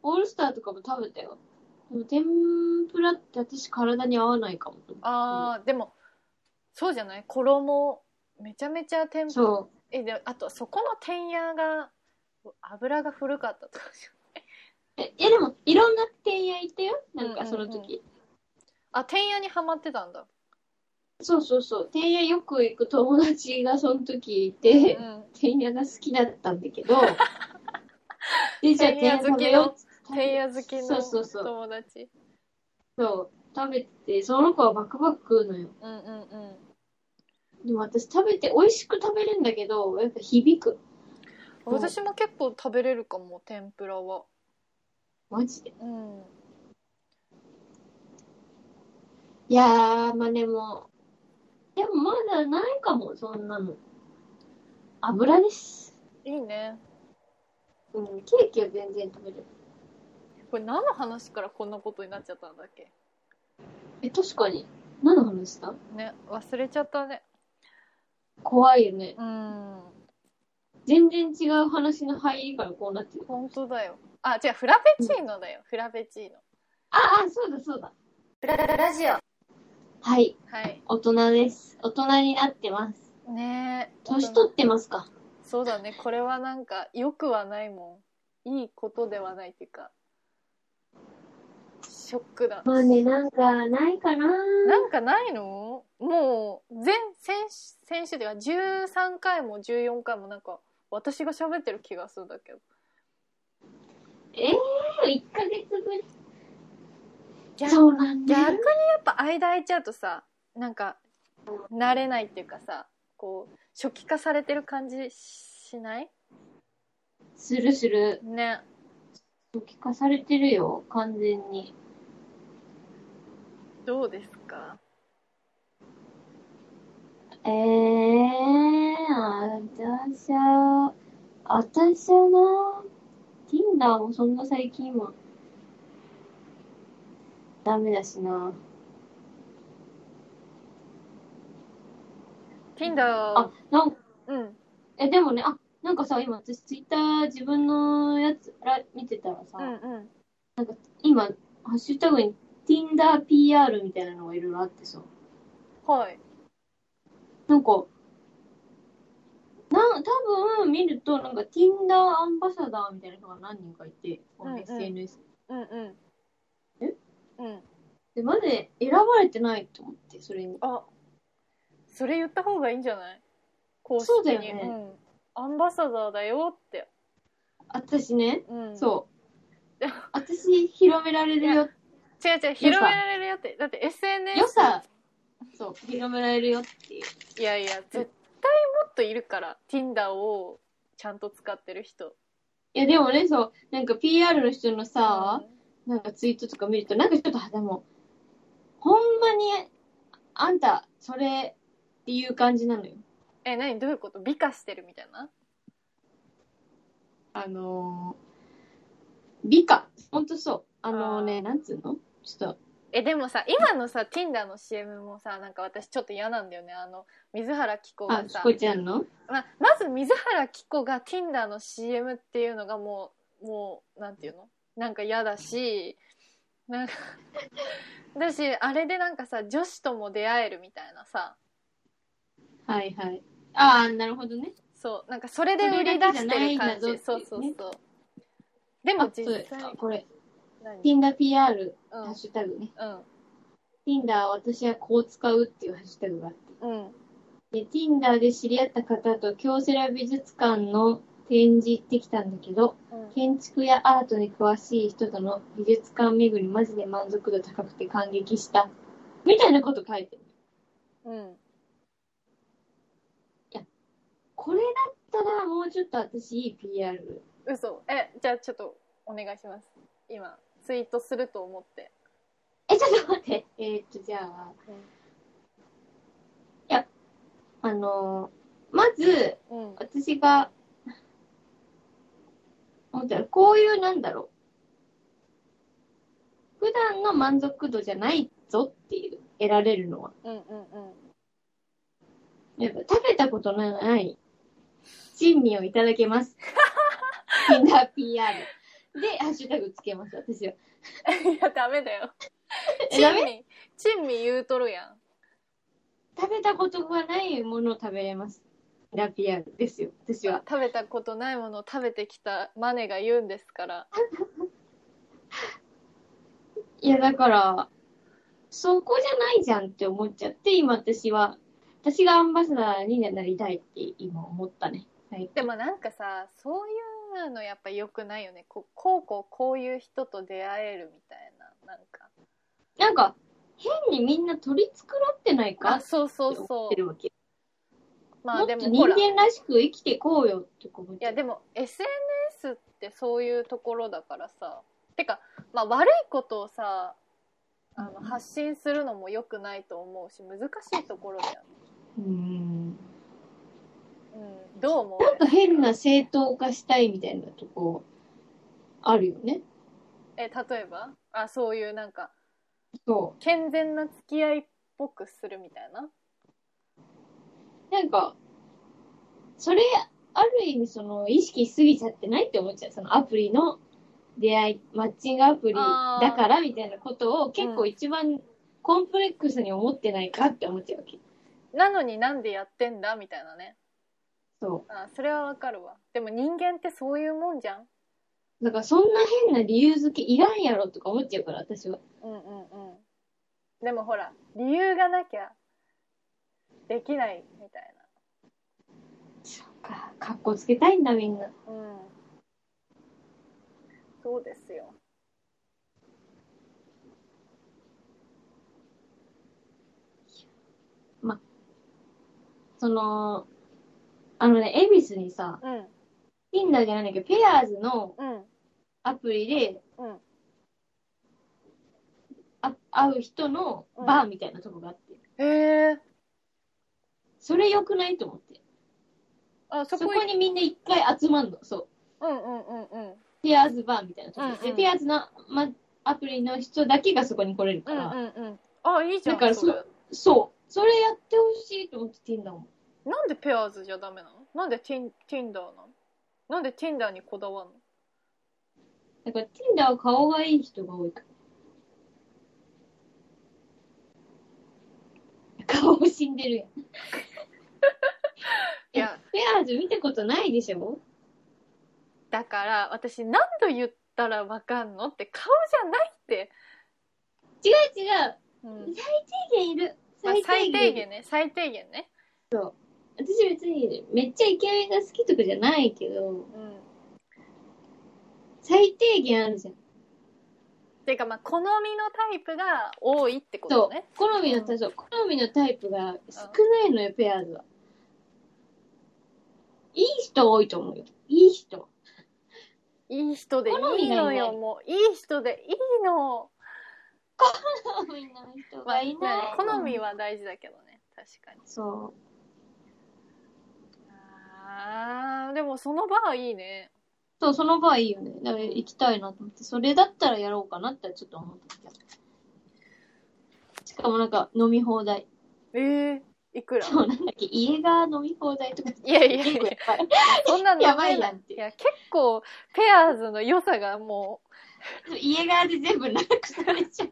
オールスターとかも食べたよ。でも天ぷらって私体に合わないかも。 あー、でもそうじゃない？衣めちゃめちゃ天ぷら。 そう。 え、であとそこの天屋が油が古かったとかじえ、いやでもいろんな天屋行ったよ。なんかその時。 うんうんうん、あ、天屋にハマってたんだ。 そうそうそう。天屋よく行く友達がその時いて、うんうん、天屋が好きだったんだけど、で、じゃあ天屋好きの、 天屋好きの友達。そうそうそう。 そう、食べて、その子はバクバク食うのよ。 うんうんうん。 でも私食べて美味しく食べるんだけど、やっぱ響く。 私も結構食べれるかも、天ぷらは。 マジで？ うん。 いやー、まあでも、でもまだないかも、そんなの。油です。 いいね。 うん、ケーキは全然食べれる。 これ何の話からこんなことになっちゃったんだっけ？ え、確かに。何の話だ？ ね、忘れちゃったね。 怖いよね。 うん。 全然違う話の入りからこうなってる。 本当だよ。あ、違う、フラペチーノだよ、うん、フラペチーノ。 ああ、そうだそうだ。 フララジオ。 はい。 はい。 大人です。大人になってます。 ねえ。 年取ってますか？ そうだね。これはなんか、良くはないもん。いいことではないっていうか。ショックだ。 まあね、なんか、ないかな。 なんかないの？もう、前、先、先週ではじゅうさんかいもじゅうよんかいもなんか、私が喋ってる気がするんだけど。 えー、いっかげつぶり。 そうなんだ。逆にやっぱ間空いちゃうとさ、なんか、慣れないっていうかさ、こう、初期化されてる感じしない？ するする。 ね。 初期化されてるよ、完全に。 どうですか？ えー、私は、私はな、Tinder もそんな最近は、ダメだしな。 Tinder、 あ、なんか、 うん。 え、でもね、あ、なんかさ、今私ツイッター自分のやつら見てたらさ、 うんうん、 なんか今、ハッシュタグに TinderPR みたいなのがいろいろあってさ。 はい。 なんか、な、多分見ると、なんか Tinder アンバサダーみたいな人が何人かいて、この エスエヌエス。 うんうん。 えうん。 で、まだ選ばれてないと思って、それに。 あ、それ言った方がいいんじゃない？公式に。 そうだよね。うん。 アンバサダーだよって。 私ね、 うん、 そう。私、広められるよ。 違う違う、広められるよって。だって エスエヌエス。 良さ、そう、広められるよっていう。 いやいや、絶対もっといるから、Tinder をちゃんと使ってる人。 いや、でもね、そう、なんか ピーアール の人のさ、うん、なんかツイートとか見ると、なんかちょっと、でも、ほんまに、あんた、それっていう感じなのよ。 え、何？どういうこと？美化してるみたいな？ あのー、美化。ほんとそう。あのー、ね、なんつうの？ちょっと。 え、でもさ、今のさ、Tinder の シーエム もさ、なんか私ちょっと嫌なんだよね。あの、水原希子がさ。 あ、希子ちゃんの？ ま、まず水原希子が Tinder の シーエム っていうのがもう、もう、なんていうの？なんか嫌だし、なんか、だし、あれでなんかさ、女子とも出会えるみたいなさ。 はいはい。ああ、なるほどね。 そう、なんかそれで売り出してる感じ。そうそうそう。でも実際。 これ。TinderPR、うん、ハッシュタグね。 うん。 Tinder 私はこう使うっていうハッシュタグがあって。 うん。 で、Tinder で知り合った方と京セラ美術館の展示行ってきたんだけど、うん、建築やアートに詳しい人との美術館巡りマジで満足度高くて感激した。みたいなこと書いてる。うん。いや、これだったらもうちょっと私いい ピーアール。 嘘。え、じゃあちょっとお願いします。今、ツイートすると思って。 え、ちょっと待って。えー、っと、じゃあ、うん、いや、あのー、まず、うん、私が、思ったら、こういう、なんだろう。普段の満足度じゃないぞっていう、得られるのは。うんうんうん。やっぱ食べたことのない珍味をいただけます。Tinder ピーアール。 で、ハッシュタグつけます、私は。 いや、ダメだよ。 え、ダメ？ 珍味、珍味言うとるやん。 食べたことがないものを食べれます。ラピアですよ、私は。 食べたことないものを食べてきたマネが言うんですから。 いや、だから、そこじゃないじゃんって思っちゃって、今私は、私がアンバサダーになりたいって今思ったね。はい、 でもなんかさ、そういうのやっぱ良くないよね。こうこうこうこういう人と出会えるみたいな、なんか。 なんか、変にみんな取り繕ってないかあ、そうそうってそう。 思ってるわけ。 まあでも人間らしく生きていこうよって思って。 いやでも エスエヌエス ってそういうところだからさ。てか、まあ悪いことをさ、あの発信するのも良くないと思うし、難しいところだよね。 うーん。 うん、どう思う？ なんか変な正当化したいみたいなとこあるよね。 え、例えばあ、そういうなんか、 そう。 健全な付き合いっぽくするみたいな。 なんか、それ、ある意味その、意識しすぎちゃってないって思っちゃう。そのアプリの出会い、マッチングアプリだからみたいなことを結構一番コンプレックスに思ってないかって思っちゃうわけ。 なのになんでやってんだみたいなね。 そう。 あ、それはわかるわ。でも人間ってそういうもんじゃん。 だからそんな変な理由付けいらんやろとか思っちゃうから、私は。 うんうんうん。でもほら、理由がなきゃできないみたいそっか、かっこつけたいんだみんな。 な。うん。そうですよ。 ま、その、あのね、恵比寿にさ、 うん。 Tinder じゃないんだけど、ペアーズのうん。 アプリで、 うん。 あ会う人のバーみたいなとこがあって。 へえ。 それ良くないと思って。 あ、そこそこにみんな一回集まんの、そう。 うんうんうんうん。 ペアーズバーみたいなとこ、 うんうん、 で、ペアーズの、ま、アプリの人だけがそこに来れるから。 うんうんうん。あ、いいじゃん。 だからそ、そそう。それやってほしいと思って Tinder も。 なんでペアーズじゃダメなの？なんで Tinder なの？なんで Tinder にこだわるの？ だから Tinder は顔がいい人が多いから。顔死んでるやん。いや、ペアーズ見たことないでしょ？ だから私何度言ったらわかんのって、顔じゃないって。 違う違う、うん、最低限いる。 最低限、まあ、最低限ね、最低限ね。 そう。私別にめっちゃイケメンが好きとかじゃないけど、うん、最低限あるじゃん。 ていうかまあ好みのタイプが多いってことね。 そう。好みの、うん、好みのタイプが少ないのよ、うん、ペアーズは。いい人多いと思うよ。いい人。 いい人でいいのよ、もう。いい人でいいの。 好みの人がいない、 まあ、好みは大事だけどね、確かに。 そう。 あー、でもそのバーいいね。 そう、そのバーいいよね。だから行きたいなと思って、それだったらやろうかなってちょっと思ってきた。しかもなんか飲み放題。 えー、いくら？ そう、なんだっけ、家が飲み放題とか。 いやいやいや、そんなのやばいやんって。 いや、結構、ペアーズの良さがもう、家側で全部なくされちゃう。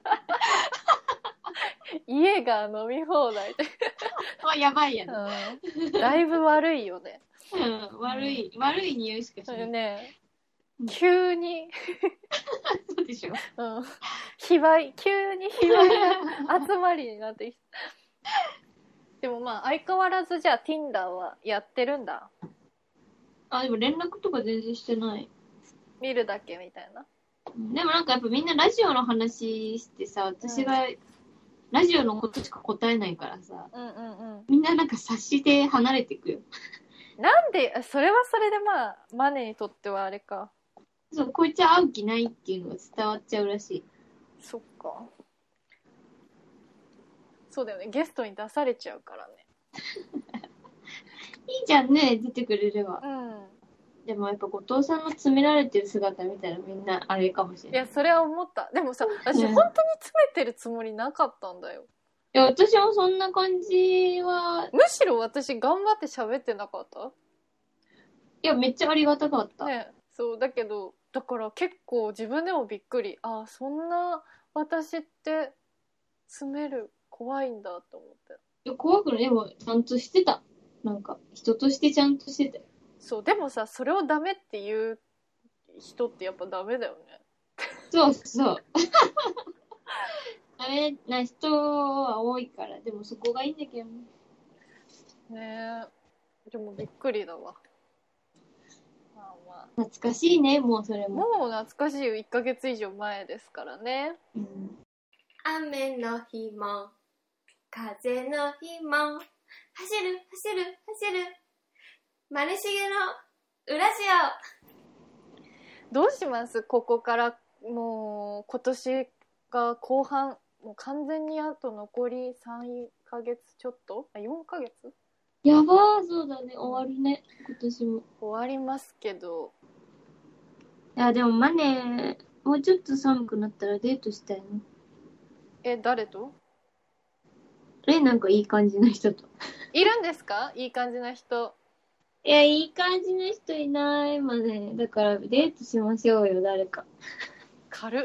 家が飲み放題って。 あ、やばいやん、 うん。だいぶ悪いよね。 うん、悪い、悪い匂いしかしない。 ね、急に。 そうでしょ。 うん。卑猥、急に卑猥な集まりになってきた。でもまあ相変わらずじゃあ Tinder はやってるんだ。 あ、でも連絡とか全然してない。 見るだけみたいな。 でもなんかやっぱみんなラジオの話してさ、私がラジオのことしか答えないからさ、うんうんうん、みんななんか察して離れていくよ。 なんで、それはそれでまあマネにとってはあれか。 そう、こいつは会う気ないっていうのが伝わっちゃうらしい。 そっか。そうだよね、ゲストに出されちゃうからね。 いいじゃんね、出てくれれば。うん。でもやっぱ後藤さんの詰められてる姿見たらみんなあれかもしれない。 いや、それは思った。でもさ、私、本当に詰めてるつもりなかったんだよ。 いや、私もそんな感じは。 むしろ私頑張って喋ってなかった？ いや、めっちゃありがたかった。 ね、そう、だけど、 だから結構自分でもびっくり。あ、そんな私って詰める怖いんだと思って。 いや怖くない。でもちゃんとしてた。なんか人としてちゃんとしてたよ。 そうでもさ、それをダメっていう人ってやっぱダメだよね。 そうそうダメな人は多いから。でもそこがいいんだけどね。 ねえ、でもびっくりだわ。まあまあ、 懐かしいね、もうそれも。 もう懐かしいよ。いっかげつ以上前ですからね。 うん、 雨の日も風の日も走る走る走るマネしげのウラジオ。どうします？ここからもう今年が後半、もう完全にあと残りさんかげつちょっと、あ、よんかげつ？ やばー、そうだね、終わるね、今年も。 終わりますけど。 いや、でもマネ、もうちょっと寒くなったらデートしたいね。 え、誰と？ え、なんかいい感じの人と。 いるんですか？いい感じな人。 いや、いい感じの人いないマネ。だからデートしましょうよ、誰か。 軽っ。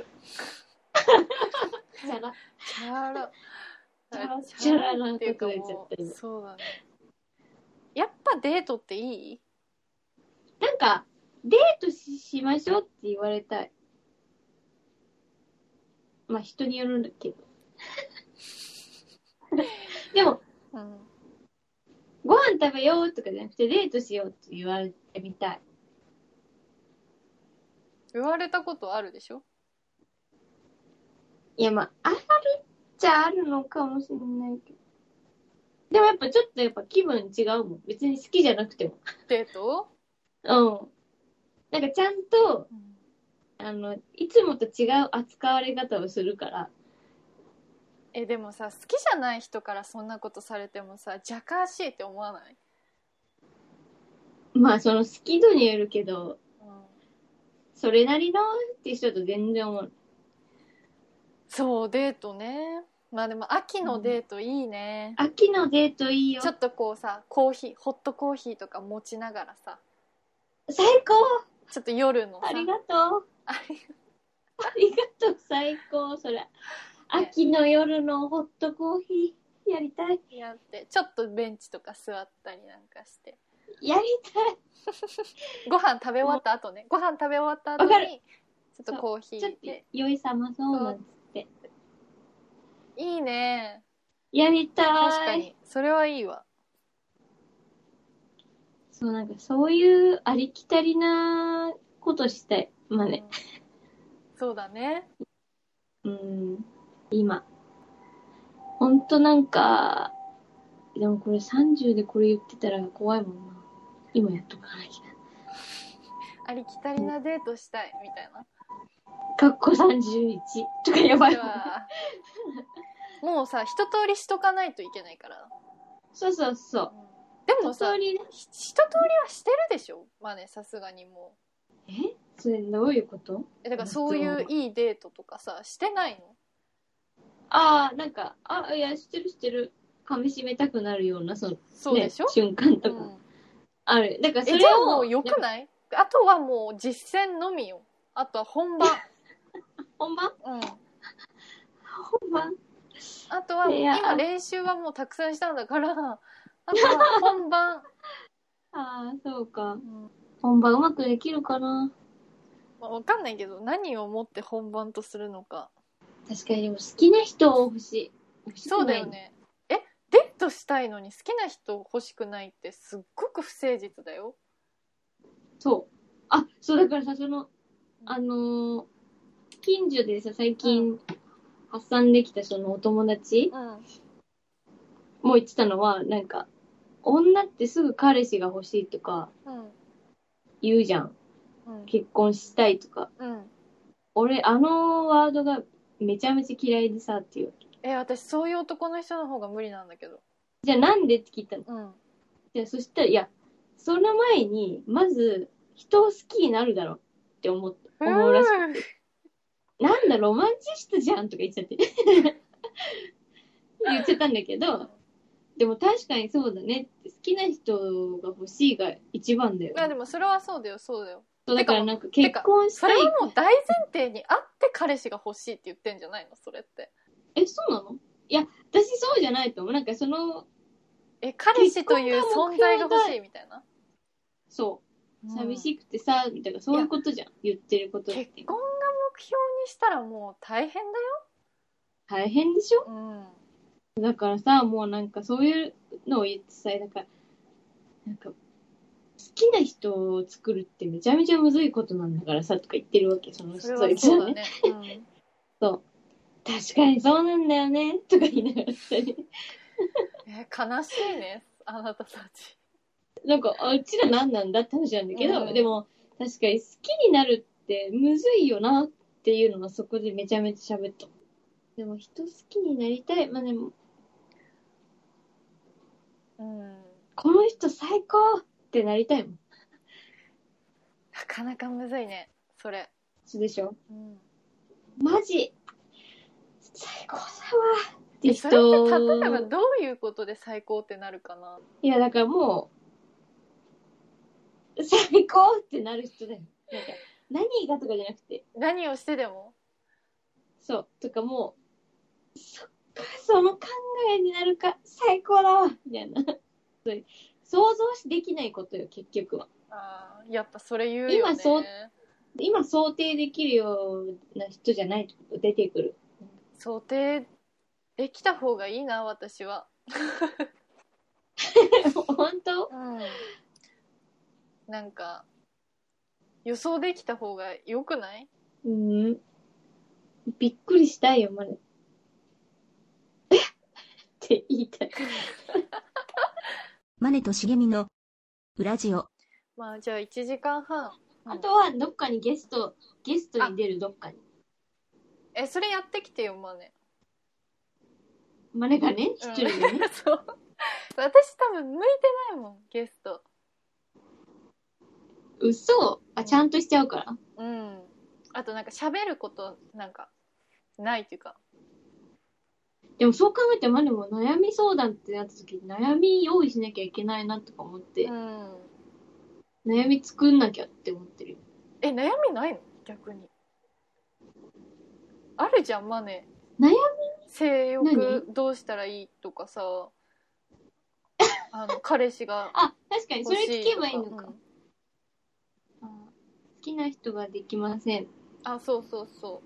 チャラ。 チャラ。 チャラチャラなことっていうか言っちゃもった今。 う、そうだね。やっぱデートっていい？ なんか、デート し, しましょうって言われたい。まあ人によるんだけど。でも、 うん、 ご飯食べようとかじゃなくてデートしようって言われてみたい。 言われたことあるでしょ？ いや、まあ、あるっちゃあるのかもしれないけど。でもやっぱちょっとやっぱ気分違うもん。別に好きじゃなくても。 デート？ うん。なんかちゃんと、うん、あの、いつもと違う扱われ方をするから。 え、でもさ、好きじゃない人からそんなことされてもさ、ジャカーシーって思わない？ まあ、その好き度によるけど、 うん、 それなりのって人と全然思う。 そう、デートね。まあでも秋のデートいいね。 うん、秋のデートいいよ。 ちょっとこうさ、コーヒー、ホットコーヒーとか持ちながらさ。 最高！ ちょっと夜のさ。 ありがとう。ありがとう、最高、それ。ね、秋の夜のホットコーヒーやりたい。 やって、ちょっとベンチとか座ったりなんかして。 やりたい。 ご飯食べ終わった後ね。ご飯食べ終わった後に、ちょっとコーヒーで。ちょっと酔いさまそうなんつって。 いいね。 やりたい。 確かに。それはいいわ。 そう、なんかそういうありきたりなことしたい。まあね。うん、 そうだね。 うん。今。ほんとなんか、でもこれさんじゅうでこれ言ってたら怖いもんな。今やっとかなきゃ。 ありきたりなデートしたいみたいな。 かっこさんじゅういちとかやばい。 もうさ、一通りしとかないといけないから。 そうそうそう。 でもさ、一通り、ね、一通りはしてるでしょ？まあね、さすがにもう。え？それどういうこと？ え、だからそういういいデートとかさ、してないの？ ああ、なんか、あ、いや、してるしてる。噛み締めたくなるような、その、 そうでしょ？ ね、瞬間とか、うん、ある。だからそれを。 え、じゃあもう良くない？あとはもう実践のみよ。あとは本番。 本番？ うん。 本番？ あとは、今練習はもうたくさんしたんだから、あとは本番。 ああ、そうか。うん、本番うまくできるかな。 まあ、わかんないけど、何をもって本番とするのか。 確かに、でも好きな人を欲しい。欲しそうだよね。え、デートしたいのに好きな人欲しくないってすっごく不誠実だよ。 そう。あ、そうだからさ、その、あのー、近所でさ、最近発散できたそのお友達、うん、もう言ってたのは、なんか、女ってすぐ彼氏が欲しいとか、言うじゃん。うん、結婚したいとか。うん、俺、あのワードがめちゃめちゃ嫌いでさ、っていうわけ。 え、私そういう男の人の方が無理なんだけど。 じゃあなんでって聞いたの。うん、じゃあそしたら、いや、その前に、まず、人を好きになるだろうって思っ思うらしくて。なんだ、ロマンチストじゃんとか言っちゃって。言っちゃったんだけど、でも確かにそうだねって、好きな人が欲しいが一番だよ。 いや、でもそれはそうだよ、そうだよ。 そうだからなんか結婚したい。 それはもう大前提にあって彼氏が欲しいって言ってんじゃないのそれって。 え、そうなの？いや、私そうじゃないと思う。なんかその、 え、彼氏という存在が欲しいみたいな。 そう。寂しくてさ、みたいな、そういうことじゃん。言ってることって。 結婚が目標にしたらもう大変だよ。 大変でしょ？ うん。 だからさ、もうなんかそういうのを言ってさ、だから、なんか、好きな人を作るってめちゃめちゃむずいことなんだからさ、とか言ってるわけ、その人はそうだね。うん、 そう。確かにそうなんだよね、とか言いながらさ、ね。 え、悲しいね、あなたたち。 なんか、あうちら何なんだって話なんだけど、うん、でも、確かに好きになるってむずいよなっていうのはそこでめちゃめちゃ喋った。でも人好きになりたい。まあでも、うん、この人最高ってなりたいもん。 なかなかむずいね、それ。 そうでしょ？うん。マジ、最高だわって人。 それって例えばどういうことで最高ってなるかな？ いや、だからもう、最高ってなる人だよ。なんか何がとかじゃなくて。 何をしてでも？ そう。とかもう、そっか、その考えになるか、最高だわみたいな。想像できないことよ、結局は。 ああ、やっぱそれ言うよね。 今そう、今想定できるような人じゃないってこと出てくる。 想定できた方がいいな、私は。 本当？ うん。なんか、予想できた方が良くない？ うん。びっくりしたいよ、まで。えって言いたい。 マネとしげみのウラジオ。 まあじゃあいちじかんはん。 うん、あとはどっかにゲスト、ゲストに出るどっかに。 え、それやってきてよ、マネ。 マネがね、一人でね。 うん、そう。私多分向いてないもん、ゲスト。 嘘？あ、ちゃんとしちゃうから。 うん。あとなんか喋ることなんかないっていうか。 でもそう考えてマネも悩み相談ってなった時に悩み用意しなきゃいけないなとか思って、うん、悩み作んなきゃって思ってるよ。 え、悩みないの？逆に。あるじゃん、マネ。 悩み？ 性欲どうしたらいいとかさ、あの彼氏があ、確かにそれ聞けばいいのか。うん、あ、好きな人ができません。 あ、そうそうそう。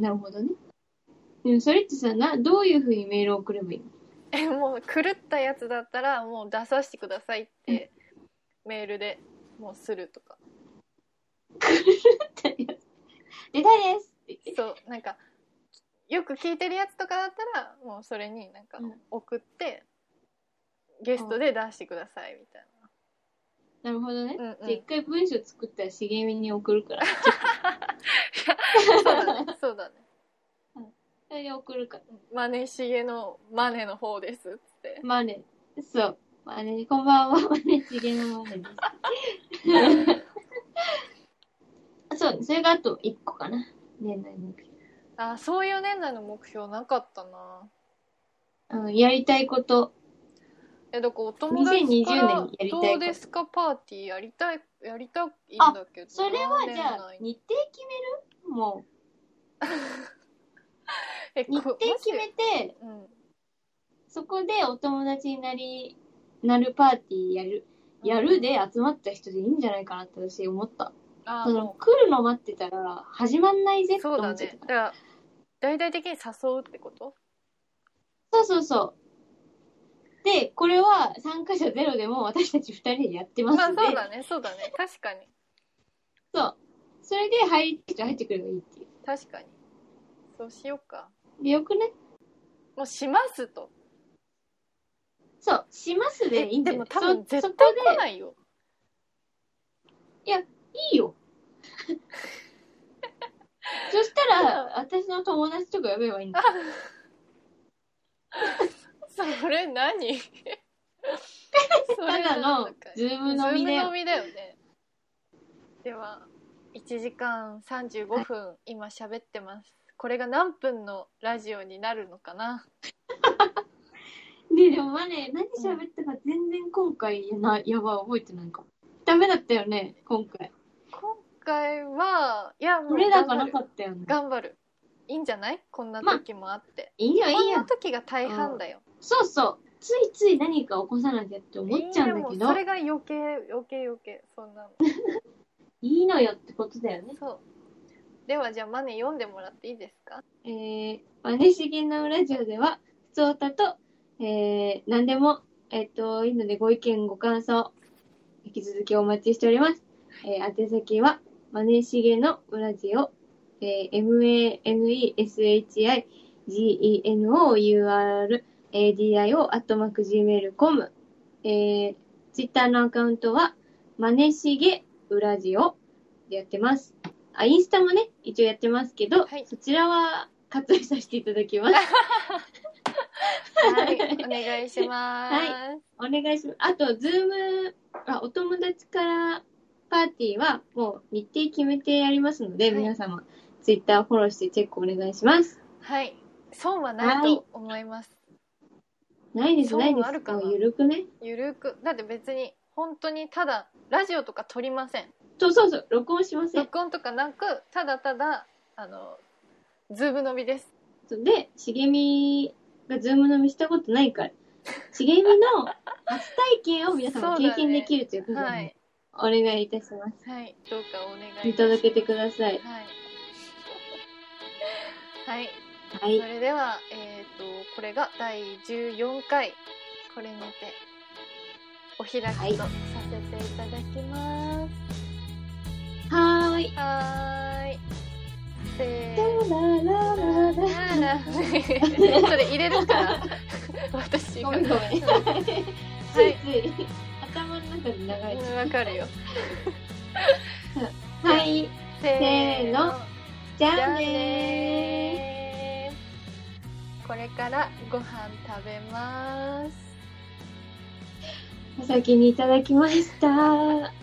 なるほどね。でもそれってさ、な、どういう風にメールを送ればいいの？ え、もう狂ったやつだったらもう出させてくださいってメールでもうするとか。 狂ったやつ出たいですって言って。 そう、なんかよく聞いてるやつとかだったらもうそれになんか送って、うん、ゲストで出してくださいみたいな。なるほどね。うんうん、じゃあ一回文章作ったら茂みに送るから。 そうだね、そうだね。 それで送るから。 マネしげのマネの方ですっつって。 マネ。そう。マネ、こんばんは。マネしげのマネです。そう、それがあといっこかな。年内目標。 あ、そういう年内の目標なかったな。 うん、やりたいこと。 え、だからお友達からどうですかパーティーやりたい、やりたいんだけど。 それはじゃあ日程決める？もう。日程決めて、うん、そこでお友達になり、なるパーティーやる、やるで集まった人でいいんじゃないかなって私思った。あその来るの待ってたら始まんないぜって思っちゃった。 そうだね。だから大々的に誘うってこと？ そうそうそう。で、これは参加者ゼロでも私たちふたりでやってますんで。 まあそうだね、そうだね。確かに。 そう。それで入り人入ってくればいいっていう。 確かに。そうしようか。 で、よくね？ もうしますと。 そう、しますでいいんだよ。 でも多分絶対来ないよ。 いや、いいよ。そしたら、私の友達とか呼べばいいんだよ。 それ何？ それただのズーム飲みだよ。 ズーム飲みだよね。では、いちじかんさんじゅうごふん、はい、今喋ってます。これが何分のラジオになるのかな？ ね、でもまね、何喋ったか全然今回やな、やばい覚えてないかも。ダメだったよね、今回。 今回はいやもう取れ高なかったよね。 頑張る。いいんじゃない？こんな時もあって。 まあ、いいよいいよ。 こんな時が大半だよ。 そうそう。ついつい何か起こさなきゃって思っちゃうんだけど。 いいそれが余計余計余計そんなの。 いいのよってことだよね。 そう。ではじゃあマネ読んでもらっていいですか？ えー、マネしげのラジオではふつおたと、えー、何でもえっといいのでご意見ご感想引き続きお待ちしております。えー、宛先はマネしげのラジオ、えー、エムエーエヌイーエスエイチアイジーイーエヌオーユーアールエーディーアイオー アットマーク ジーメールドットコム、えー、ツイッターのアカウントはマネしげうラジオでやってます。あ、インスタもね一応やってますけど、はい、そちらは割愛させていただきます。 はい、お願いします。 はい、お願いします。あと、ズーム、あ、お友達からパーティーはもう日程決めてやりますので、はい、皆様、ツイッターフォローしてチェックお願いします。 はい。損はないと思います。 はい、ないです、ないです。あるかな。ゆるくね。 ゆるく。だって別に、本当にただ、ラジオとか撮りません。 そうそうそう、録音しません。 録音とかなく、ただただ、あの、ズーム飲みです。 で、茂みがズーム飲みしたことないから、茂みの初体験を皆様経験できるということで、ねはい、お願いいたします。 はい、どうかお願いいたします。 見届けてください。 はい。はい。 はい、 それでは、えっと、これがだいじゅうよんかい、これにて、お開きとさせていただきます。 はーい。 はーい。せーの。 それ入れるから私がごめんごめん、はい、ついつい頭の中で流れてわかるよはいせーのじゃあねー。これからご飯食べます。 お先にいただきました。